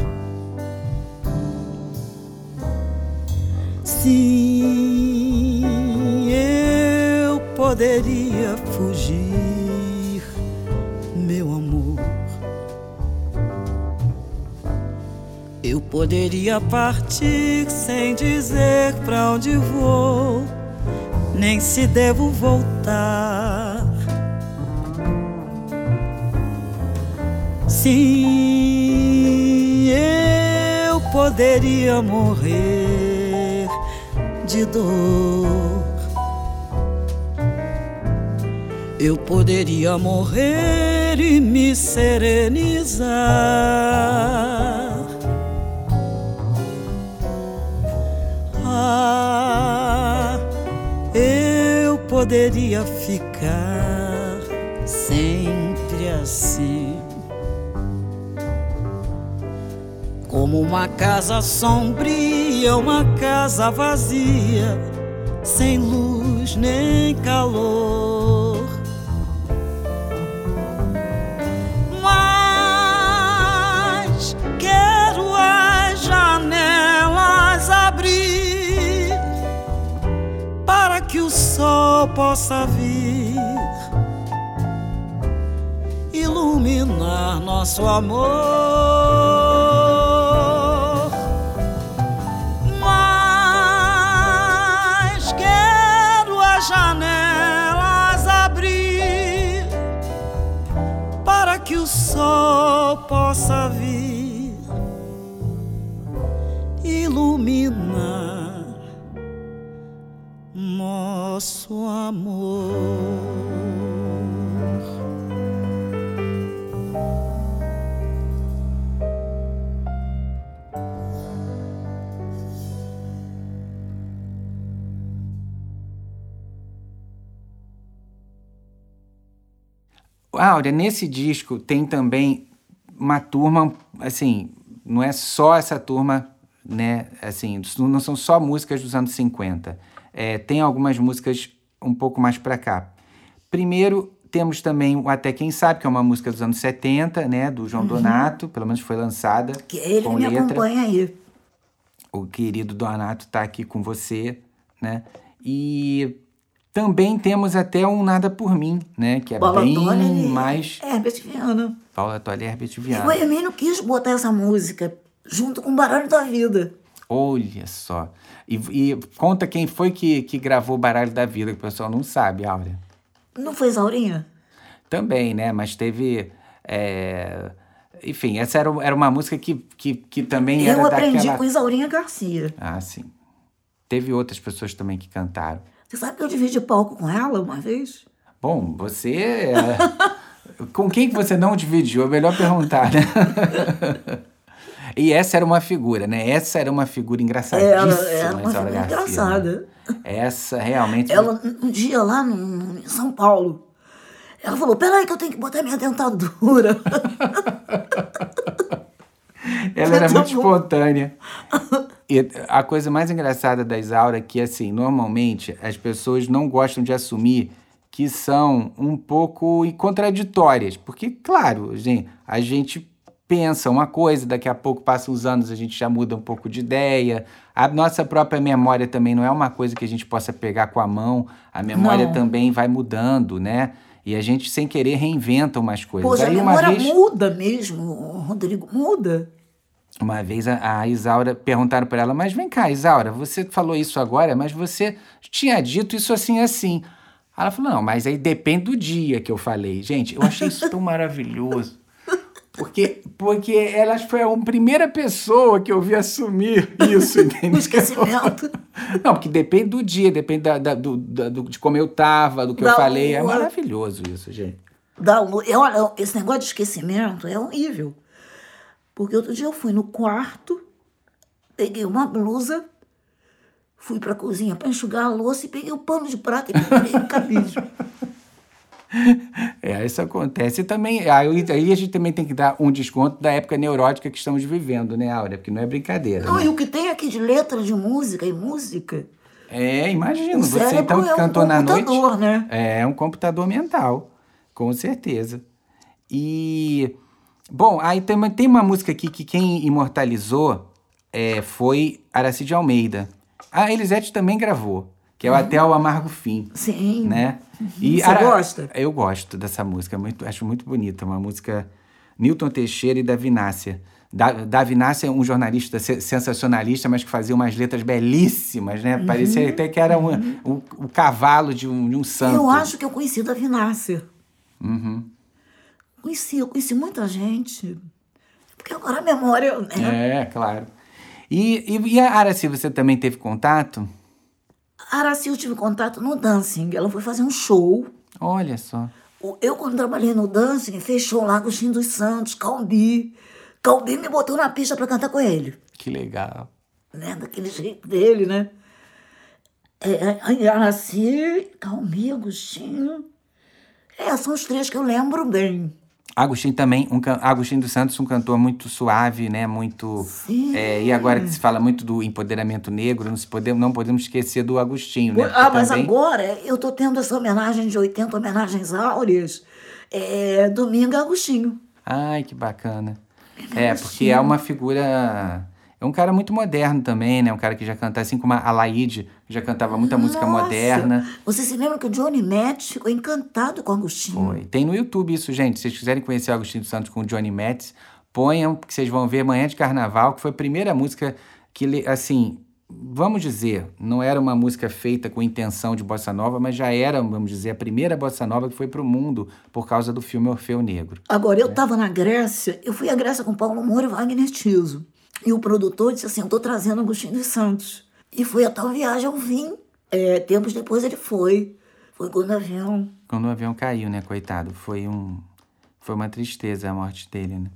Sim, eu poderia fugir, meu amor. Eu poderia partir sem dizer pra onde vou, nem se devo voltar. Sim, eu poderia morrer de dor. eu poderia morrer e me serenizar. Ah, eu poderia ficar sempre assim, como uma casa sombria, uma casa vazia, sem luz nem calor. Mas quero as janelas abrir para que o sol possa vir iluminar nosso amor. Janelas abrir para que o sol possa vir iluminar nosso amor. Áurea, nesse disco tem também uma turma, assim, não é só essa turma, né, assim, não são só músicas dos anos cinquenta. É, tem algumas músicas um pouco mais pra cá. Primeiro, temos também o Até Quem Sabe, que é uma música dos anos setenta, né, do João uhum. Donato, pelo menos foi lançada. Que ele com me letra. acompanha aí. O querido Donato tá aqui com você, né, e... Também temos até um Nada Por Mim, né? Que é Paula bem Toller mais... Herbert Viana. Paula Toller e Herbert Viana. E o Hermínio quis botar essa música junto com o Baralho da Vida. Olha só. E, e conta quem foi que, que gravou o Baralho da Vida, que o pessoal não sabe, Áurea. Não foi Isaurinha? Também, né? Mas teve... É... Enfim, essa era, era uma música que, que, que também Eu era daquela... Eu aprendi com Isaurinha Garcia. Ah, sim. Teve outras pessoas também que cantaram. Você sabe que eu dividi palco com ela uma vez? Bom, você... É... com quem que você não dividiu? É melhor perguntar, né? E essa era uma figura, né? Essa era uma figura engraçadíssima. Ela era uma figura Garcia, engraçada. Né? Essa realmente... Ela, um dia lá no, no, em São Paulo, ela falou, peraí que eu tenho que botar minha dentadura. Ela era muito espontânea. E a coisa mais engraçada da Isaura é que, assim, normalmente as pessoas não gostam de assumir que são um pouco contraditórias. Porque, claro, gente, a gente pensa uma coisa, daqui a pouco passam os anos, a gente já muda um pouco de ideia. A nossa própria memória também não é uma coisa que a gente possa pegar com a mão. A memória não. também vai mudando, né? E a gente, sem querer, reinventa umas coisas. Poxa, Aí, a memória uma vez... muda mesmo, Rodrigo, muda. Uma vez a, a Isaura, perguntaram para ela, mas vem cá, Isaura, você falou isso agora, mas você tinha dito isso assim, assim. Ela falou, não, mas aí depende do dia que eu falei. Gente, eu achei isso tão maravilhoso. Porque, porque ela foi a primeira pessoa que eu vi assumir isso, entendeu? O esquecimento. Não, porque depende do dia, depende da, da, do, da, do, de como eu tava, do que da eu falei. É maravilhoso isso, gente. Da, olha, esse negócio de esquecimento é horrível. Porque outro dia eu fui no quarto, peguei uma blusa, fui pra cozinha pra enxugar a louça e peguei o pano de prata e peguei no cabide. É, isso acontece. E também, aí, aí a gente também tem que dar um desconto da época neurótica que estamos vivendo, né, Áurea? Porque não é brincadeira. Não, né? E o que tem aqui de letra de música e música... É, imagino. O Você então que é cantou um na noite... computador, né? É, um computador mental, com certeza. E... Bom, aí tem, tem uma música aqui que quem imortalizou é, foi Aracide Almeida. A Elisete também gravou, que é o uhum. Até o Amargo Fim. Sim. Né? Uhum. E Você Ara... gosta? Eu gosto dessa música, muito, acho muito bonita. Uma música Newton Teixeira e Davi Nácia. Da, Davi Nácia é um jornalista sensacionalista, mas que fazia umas letras belíssimas, né? Uhum. Parecia até que era um, um, um cavalo de um, de um santo. Eu acho que eu conheci Davi Nácia. Uhum. Conheci, eu conheci muita gente. Porque agora a memória... Né? É, claro. E, e, e a Araci, você também teve contato? A Araci eu tive contato no Dancing. Ela foi fazer um show. Olha só. O- Eu, quando trabalhei no Dancing, fez show lá Agostinho dos Santos, Calbi. Calbi me botou na pista pra cantar com ele. Que legal. Né? Daquele jeito dele, né? É, Araci, Calbi, Agostinho. É, são os três que eu lembro bem. Agostinho também, um, can- Agostinho dos Santos, um cantor muito suave, né? Muito. Sim. É, e agora que se fala muito do empoderamento negro, não, se pode, não podemos esquecer do Agostinho, né? Ah, Porque mas também- agora eu tô tendo essa homenagem de oitenta homenagens áureas. É, domingo é Agostinho. Ai, que bacana. É, porque é uma figura. É um cara muito moderno também, né? Um cara que já canta, assim como a Laíde, que já cantava muita música Nossa, moderna. Você se lembra que o Johnny Metz ficou encantado com Agostinho? Foi. Tem no YouTube isso, gente. Se vocês quiserem conhecer o Agostinho dos Santos com o Johnny Metz, ponham, que vocês vão ver Manhã de Carnaval, que foi a primeira música que, ele, assim, vamos dizer, não era uma música feita com intenção de bossa nova, mas já era, vamos dizer, a primeira bossa nova que foi pro mundo por causa do filme Orfeu Negro. Agora, eu estava na Grécia, eu fui à Grécia com Paulo Moura e Wagner Tiso. E o produtor disse assim, eu tô trazendo Agostinho dos Santos. E foi a tal viagem, eu vim. É, tempos depois ele foi. Foi quando o avião... Quando o avião caiu, né, coitado? Foi um... Foi uma tristeza a morte dele, né?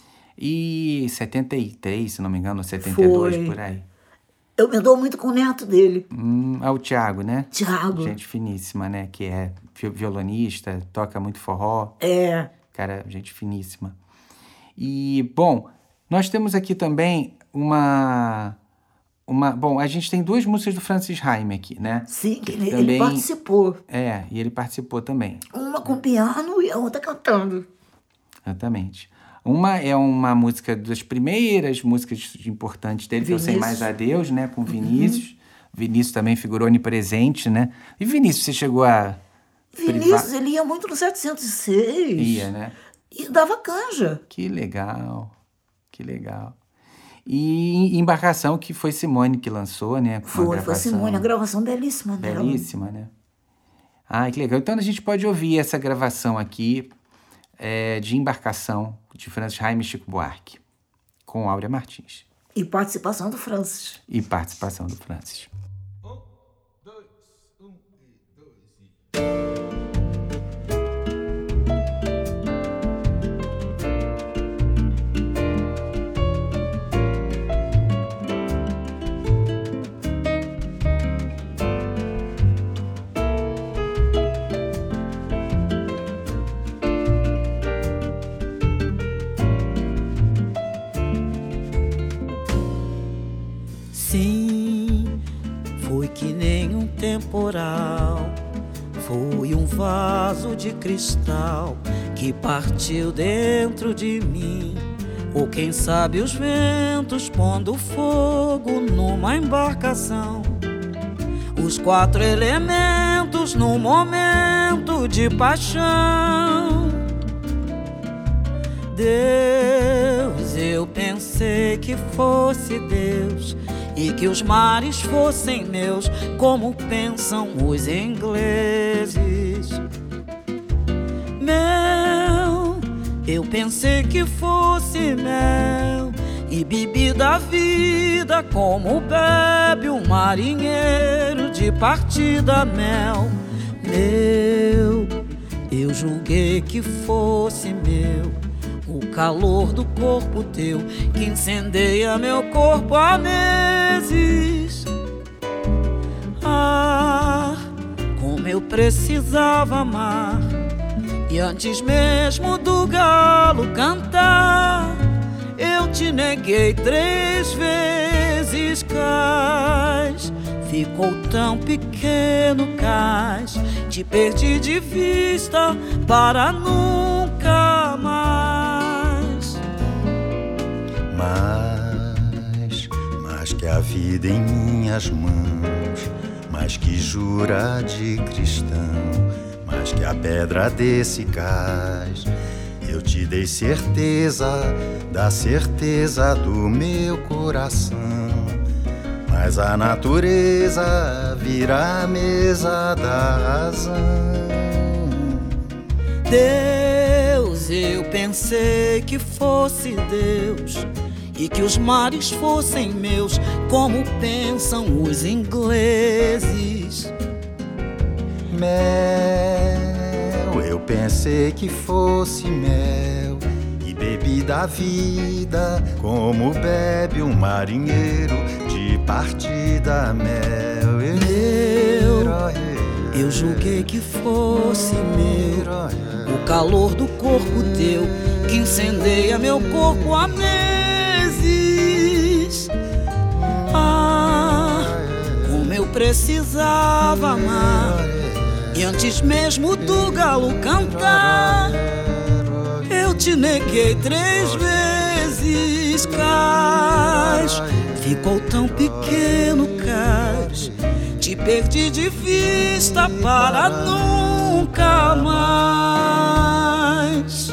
E setenta e três, se não me engano, ou setenta e dois, Foi. por aí. Eu me dou muito com o neto dele, Hum, ah, o Thiago, né? Thiago. Gente finíssima, né? Que é vi- violonista, toca muito forró. É, Cara, gente finíssima. E, bom, nós temos aqui também uma... uma bom, a gente tem duas músicas do Francis Haime aqui, né? sim, que ele, também- ele participou. É, e ele participou também. Uma com piano e a outra cantando. Exatamente. Uma é uma música das primeiras músicas importantes dele, que eu Sei Vinícius. Mais a Deus, né? Com Vinícius. Vinícius também figurou onipresente, né? E Vinícius, você chegou a... Vinícius, ele ia muito no setecentos e seis. Ia, né? E dava canja. Que legal, que legal. E Embarcação, que foi Simone que lançou, né? Com uma Foi, foi gravação Simone, a gravação belíssima dela. belíssima, né? Ai, que legal. Então a gente pode ouvir essa gravação aqui é, de Embarcação, de Francis Haime e Chico Buarque, com Áurea Martins. E participação do Francis. E participação do Francis. Sim, foi que nem um temporal, foi um vaso de cristal que partiu dentro de mim. Ou quem sabe os ventos pondo fogo numa embarcação. Os quatro elementos num momento de paixão. Deus, eu pensei que fosse Deus e que os mares fossem meus, como pensam os ingleses. Mel, eu pensei que fosse mel e bebi da vida como bebe um marinheiro de partida mel. Meu, eu julguei que fosse meu o calor do corpo teu que incendeia meu corpo há meses. Ah, como eu precisava amar, e antes mesmo do galo cantar, eu te neguei três vezes, cais. Ficou tão pequeno, cais. Te perdi de vista para nunca mais. Mais, mais que a vida em minhas mãos, mais que jura de cristão, mais que a pedra desse cais. Eu te dei certeza da certeza do meu coração, mas a natureza vira a mesa da razão. Deus, eu pensei que fosse Deus e que os mares fossem meus, como pensam os ingleses. Mel, pensei que fosse mel e bebi da vida como bebe um marinheiro de partida mel. Meu, eu julguei que fosse meu o calor do corpo teu que incendeia meu corpo há meses. Ah, como eu precisava amar, e antes mesmo do galo cantar, eu te neguei três vezes, cais. Ficou tão pequeno, cais. Te perdi de vista para nunca mais.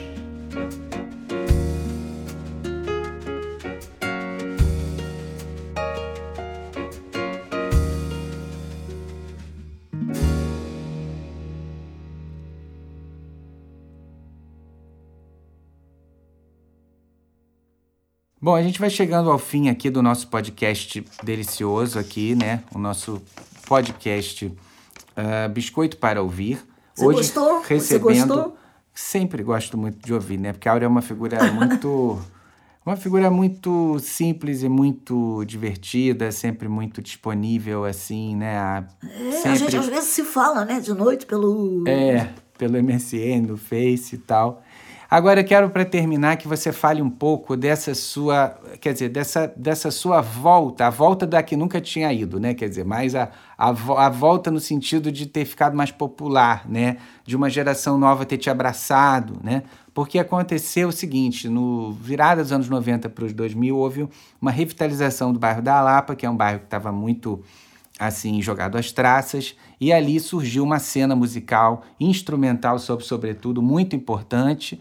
Bom, a gente vai chegando ao fim aqui do nosso podcast delicioso aqui, né? O nosso podcast uh, Biscoito para Ouvir. Você Hoje, gostou? recebendo... Você gostou? Sempre gosto muito de ouvir, né? Porque a Áurea é uma figura muito... uma figura muito simples e muito divertida, sempre muito disponível, assim, né? A, É, sempre... a gente às vezes se fala, né? De noite pelo... É, pelo M S N, no Face e tal. Agora, eu quero, para terminar, que você fale um pouco dessa sua, quer dizer, dessa, dessa sua volta, a volta da que nunca tinha ido, né? Quer dizer, mais a, a, a volta no sentido de ter ficado mais popular, né? De uma geração nova ter te abraçado, né? Porque aconteceu o seguinte, no virada dos anos noventa para os dois mil, houve uma revitalização do bairro da Lapa, que é um bairro que estava muito... assim, jogado às traças, e ali surgiu uma cena musical, instrumental, sobre, sobretudo, muito importante,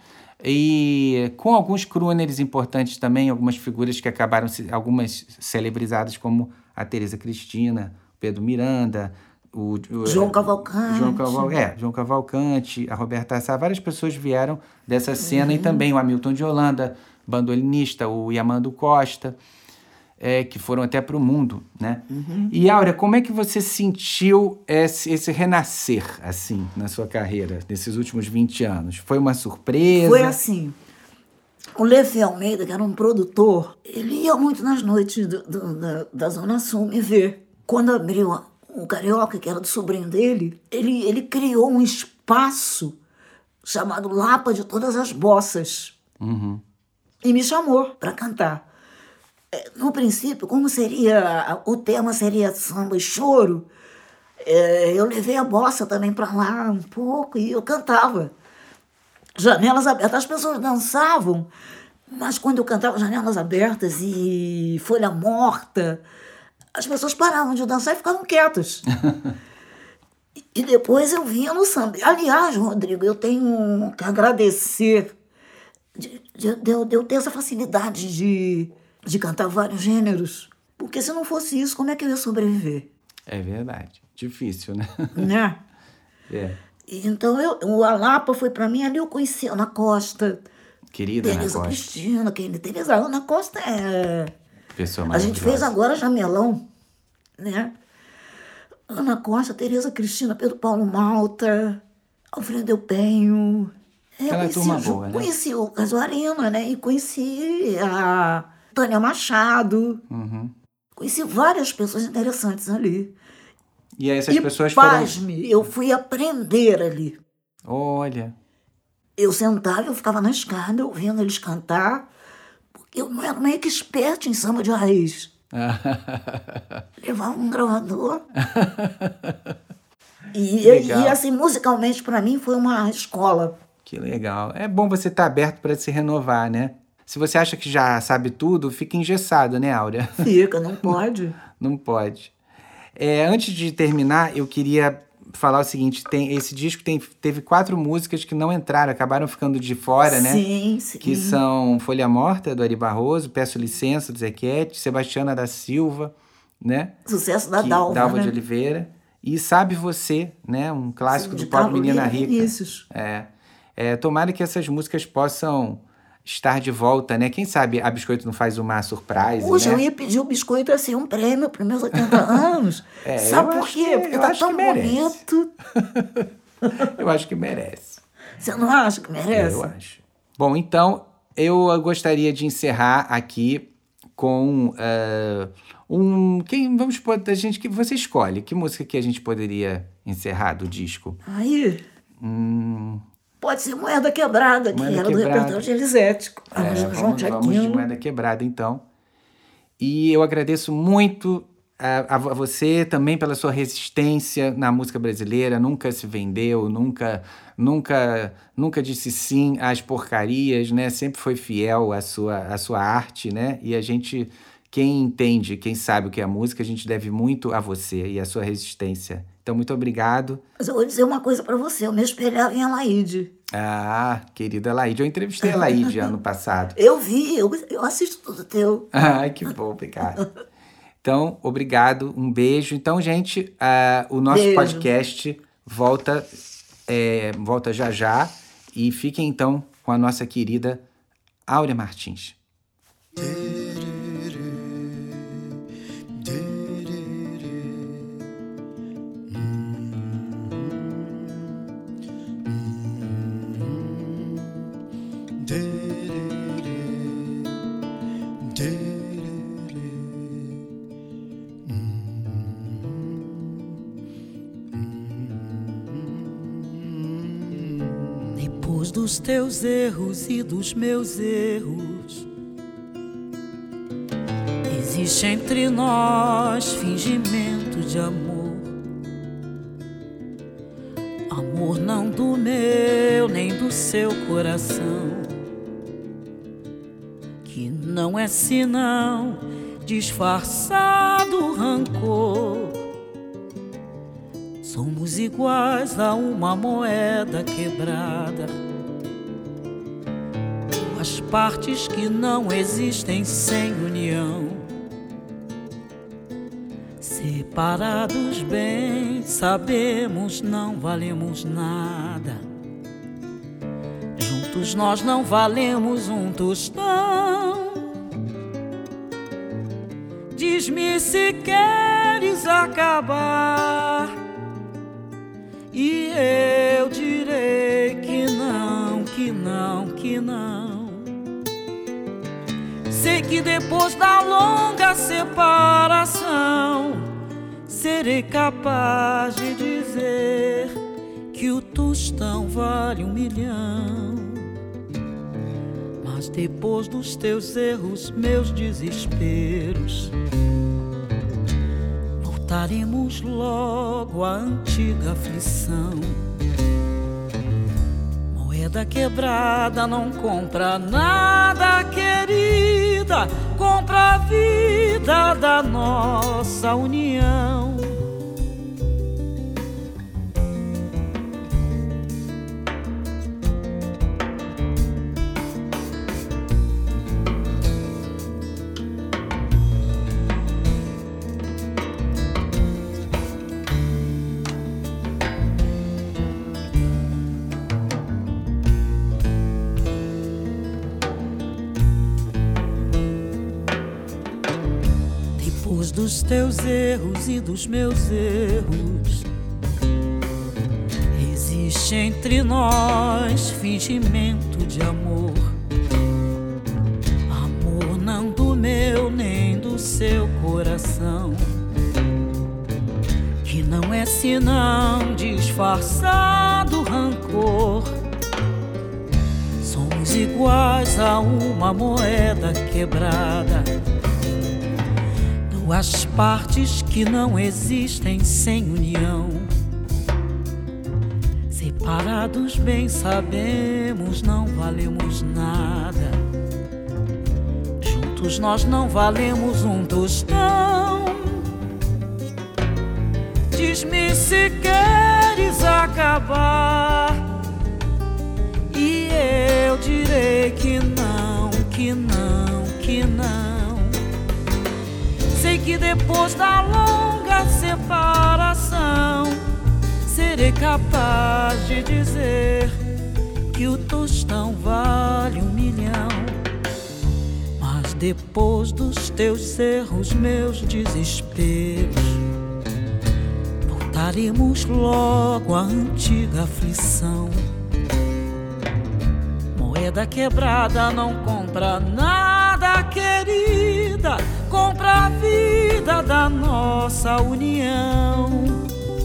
e com alguns crooners importantes também, algumas figuras que acabaram, algumas celebrizadas, como a Tereza Cristina, Pedro Miranda, o, o João Cavalcante. João, Caval, é, João Cavalcante, a Roberta Sá, várias pessoas vieram dessa cena, uhum. E também o Hamilton de Holanda, bandolinista, o Yamando Costa, É, que foram até para o mundo, né? Uhum. E, Áurea, como é que você sentiu esse, esse renascer, assim, na sua carreira, nesses últimos vinte anos? Foi uma surpresa? Foi assim. O Levi Almeida, que era um produtor, ele ia muito nas noites do, do, da, da Zona Sul me ver. Quando abriu o Carioca, que era do sobrinho dele, ele, ele criou um espaço chamado Lapa de Todas as Bossas. Uhum. E me chamou para cantar. No princípio, como seria, o tema seria samba e choro, é, eu levei a bossa também para lá um pouco e eu cantava. Janelas abertas, as pessoas dançavam, mas quando eu cantava Janelas Abertas e Folha Morta, as pessoas paravam de dançar e ficavam quietas. E depois eu vinha no samba. Aliás, Rodrigo, eu tenho que agradecer de, de, de, de eu ter essa facilidade de... de cantar vários gêneros, porque se não fosse isso, como é que eu ia sobreviver? É verdade, difícil, né? Né? É. Então, eu, o Alapa foi para mim, ali eu conheci a Ana Costa. Querida Ana Tereza Costa. Cristina, querida Tereza. A Ana Costa é... Pessoa a gente fez maravilhosa. agora Jamelão, né? Ana Costa, Tereza Cristina, Pedro Paulo Malta, Alfredo Elpenho. É, Aquela conheci, turma boa, né? Conheci o Casuarina, né? E conheci a... Tânia Machado. Uhum. Conheci várias pessoas interessantes ali. E aí essas e pessoas pasme, foram... eu fui aprender ali. Olha... Eu sentava, eu ficava na escada ouvindo eles cantar, porque eu não era meio que esperto em samba de raiz. Levava um gravador. e, e assim, musicalmente, para mim, foi uma escola. Que legal. É bom você estar aberto para se renovar, né? Se você acha que já sabe tudo, fica engessado, né, Áurea? Fica, não pode. Não pode. É, antes de terminar, eu queria falar o seguinte, tem, esse disco tem, teve quatro músicas que não entraram, acabaram ficando de fora, né? Sim, sim. Que são Folha Morta, do Ari Barroso, Peço Licença, do Zequete, Sebastiana da Silva, né? Sucesso da que, Dalva, Dalva né? de Oliveira. E Sabe Você, né? Um clássico Sim, do pop Menina Rica. Vinícius. É. É, tomara que essas músicas possam estar de volta, né? Quem sabe a Biscoito não faz uma surprise, Puxa, né? eu ia pedir o Biscoito assim, um prêmio para meus oitenta anos. É, Sabe eu por acho quê? que- Porque eu tá acho tão que merece. bonito. Eu acho que merece. Você não acha que merece? Eu acho. Bom, então, eu gostaria de encerrar aqui com uh, um... Quem, vamos supor, a gente, que você escolhe. Que música que a gente poderia encerrar do disco? Aí... Hum... Pode ser Moeda Quebrada, que Moeda era do Quebrada. repertório de Elisete. É, João vamos, vamos de Moeda Quebrada, então. E eu agradeço muito a, a você também pela sua resistência na música brasileira. Nunca se vendeu, nunca, nunca, nunca disse sim às porcarias, né? Sempre foi fiel à sua, à sua arte, né? E a gente, quem entende, quem sabe o que é música, a gente deve muito a você e à sua resistência. Então, muito obrigado. Mas eu vou dizer uma coisa pra você, eu me espelhava em Alaide. Ah, querida Alaide, eu entrevistei a Alaide ano passado. Eu vi, eu, eu assisto tudo teu. Ai, que bom, obrigado. Então, obrigado, um beijo. Então, gente, uh, o nosso Beijo. podcast volta, é, volta já já. E fiquem, então, com a nossa querida Áurea Martins. Depois dos teus erros e dos meus erros, existe entre nós fingimento de amor. Amor não do meu nem do seu coração, que não é senão disfarçado rancor. Somos iguais a uma moeda quebrada, duas partes que não existem sem união. Separados bem, sabemos não valemos nada. Juntos nós não valemos um tostão. Diz-me se queres acabar, e eu direi que não, que não, que não. Sei que depois da longa separação serei capaz de dizer que o tostão vale um milhão. Mas depois dos teus erros, meus desesperos, voltaremos logo à antiga aflição. Moeda quebrada não compra nada, querida, compra a vida da nossa união. Depois dos teus erros e dos meus erros, existe entre nós fingimento de amor. Amor não do meu nem do seu coração, que não é senão disfarçado rancor. Somos iguais a uma moeda quebrada, duas partes que não existem sem união. Separados bem sabemos não valemos nada. Juntos nós não valemos um tostão. Diz-me se queres acabar, e eu direi que não, que não, que não. Sei que depois da longa separação serei capaz de dizer que o tostão vale um milhão. Mas depois dos teus erros, meus desesperos, voltaremos logo à antiga aflição. moeda quebrada não compra nada, querida. Compra a vida da nossa união.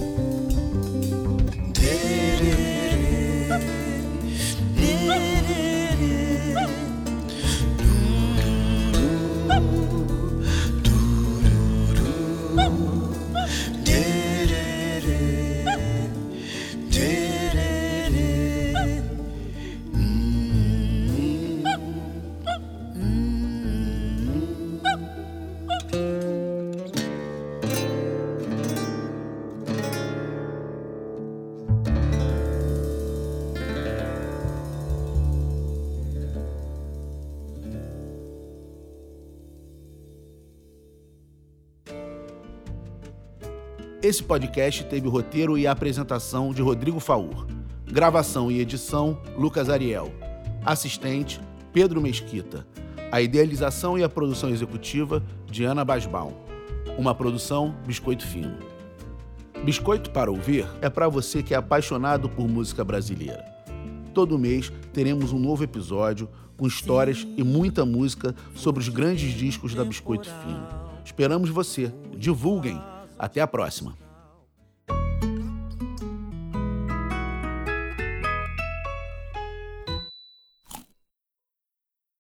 Esse podcast teve o roteiro e a apresentação de Rodrigo Faur. Gravação e edição, Lucas Ariel. Assistente, Pedro Mesquita. A idealização e a produção executiva, Diana Basbaum. Uma produção Biscoito Fino. Biscoito para Ouvir é para você que é apaixonado por música brasileira. Todo mês teremos um novo episódio com histórias e muita música sobre os grandes discos da Biscoito Fino. Esperamos você. Divulguem! Até a próxima.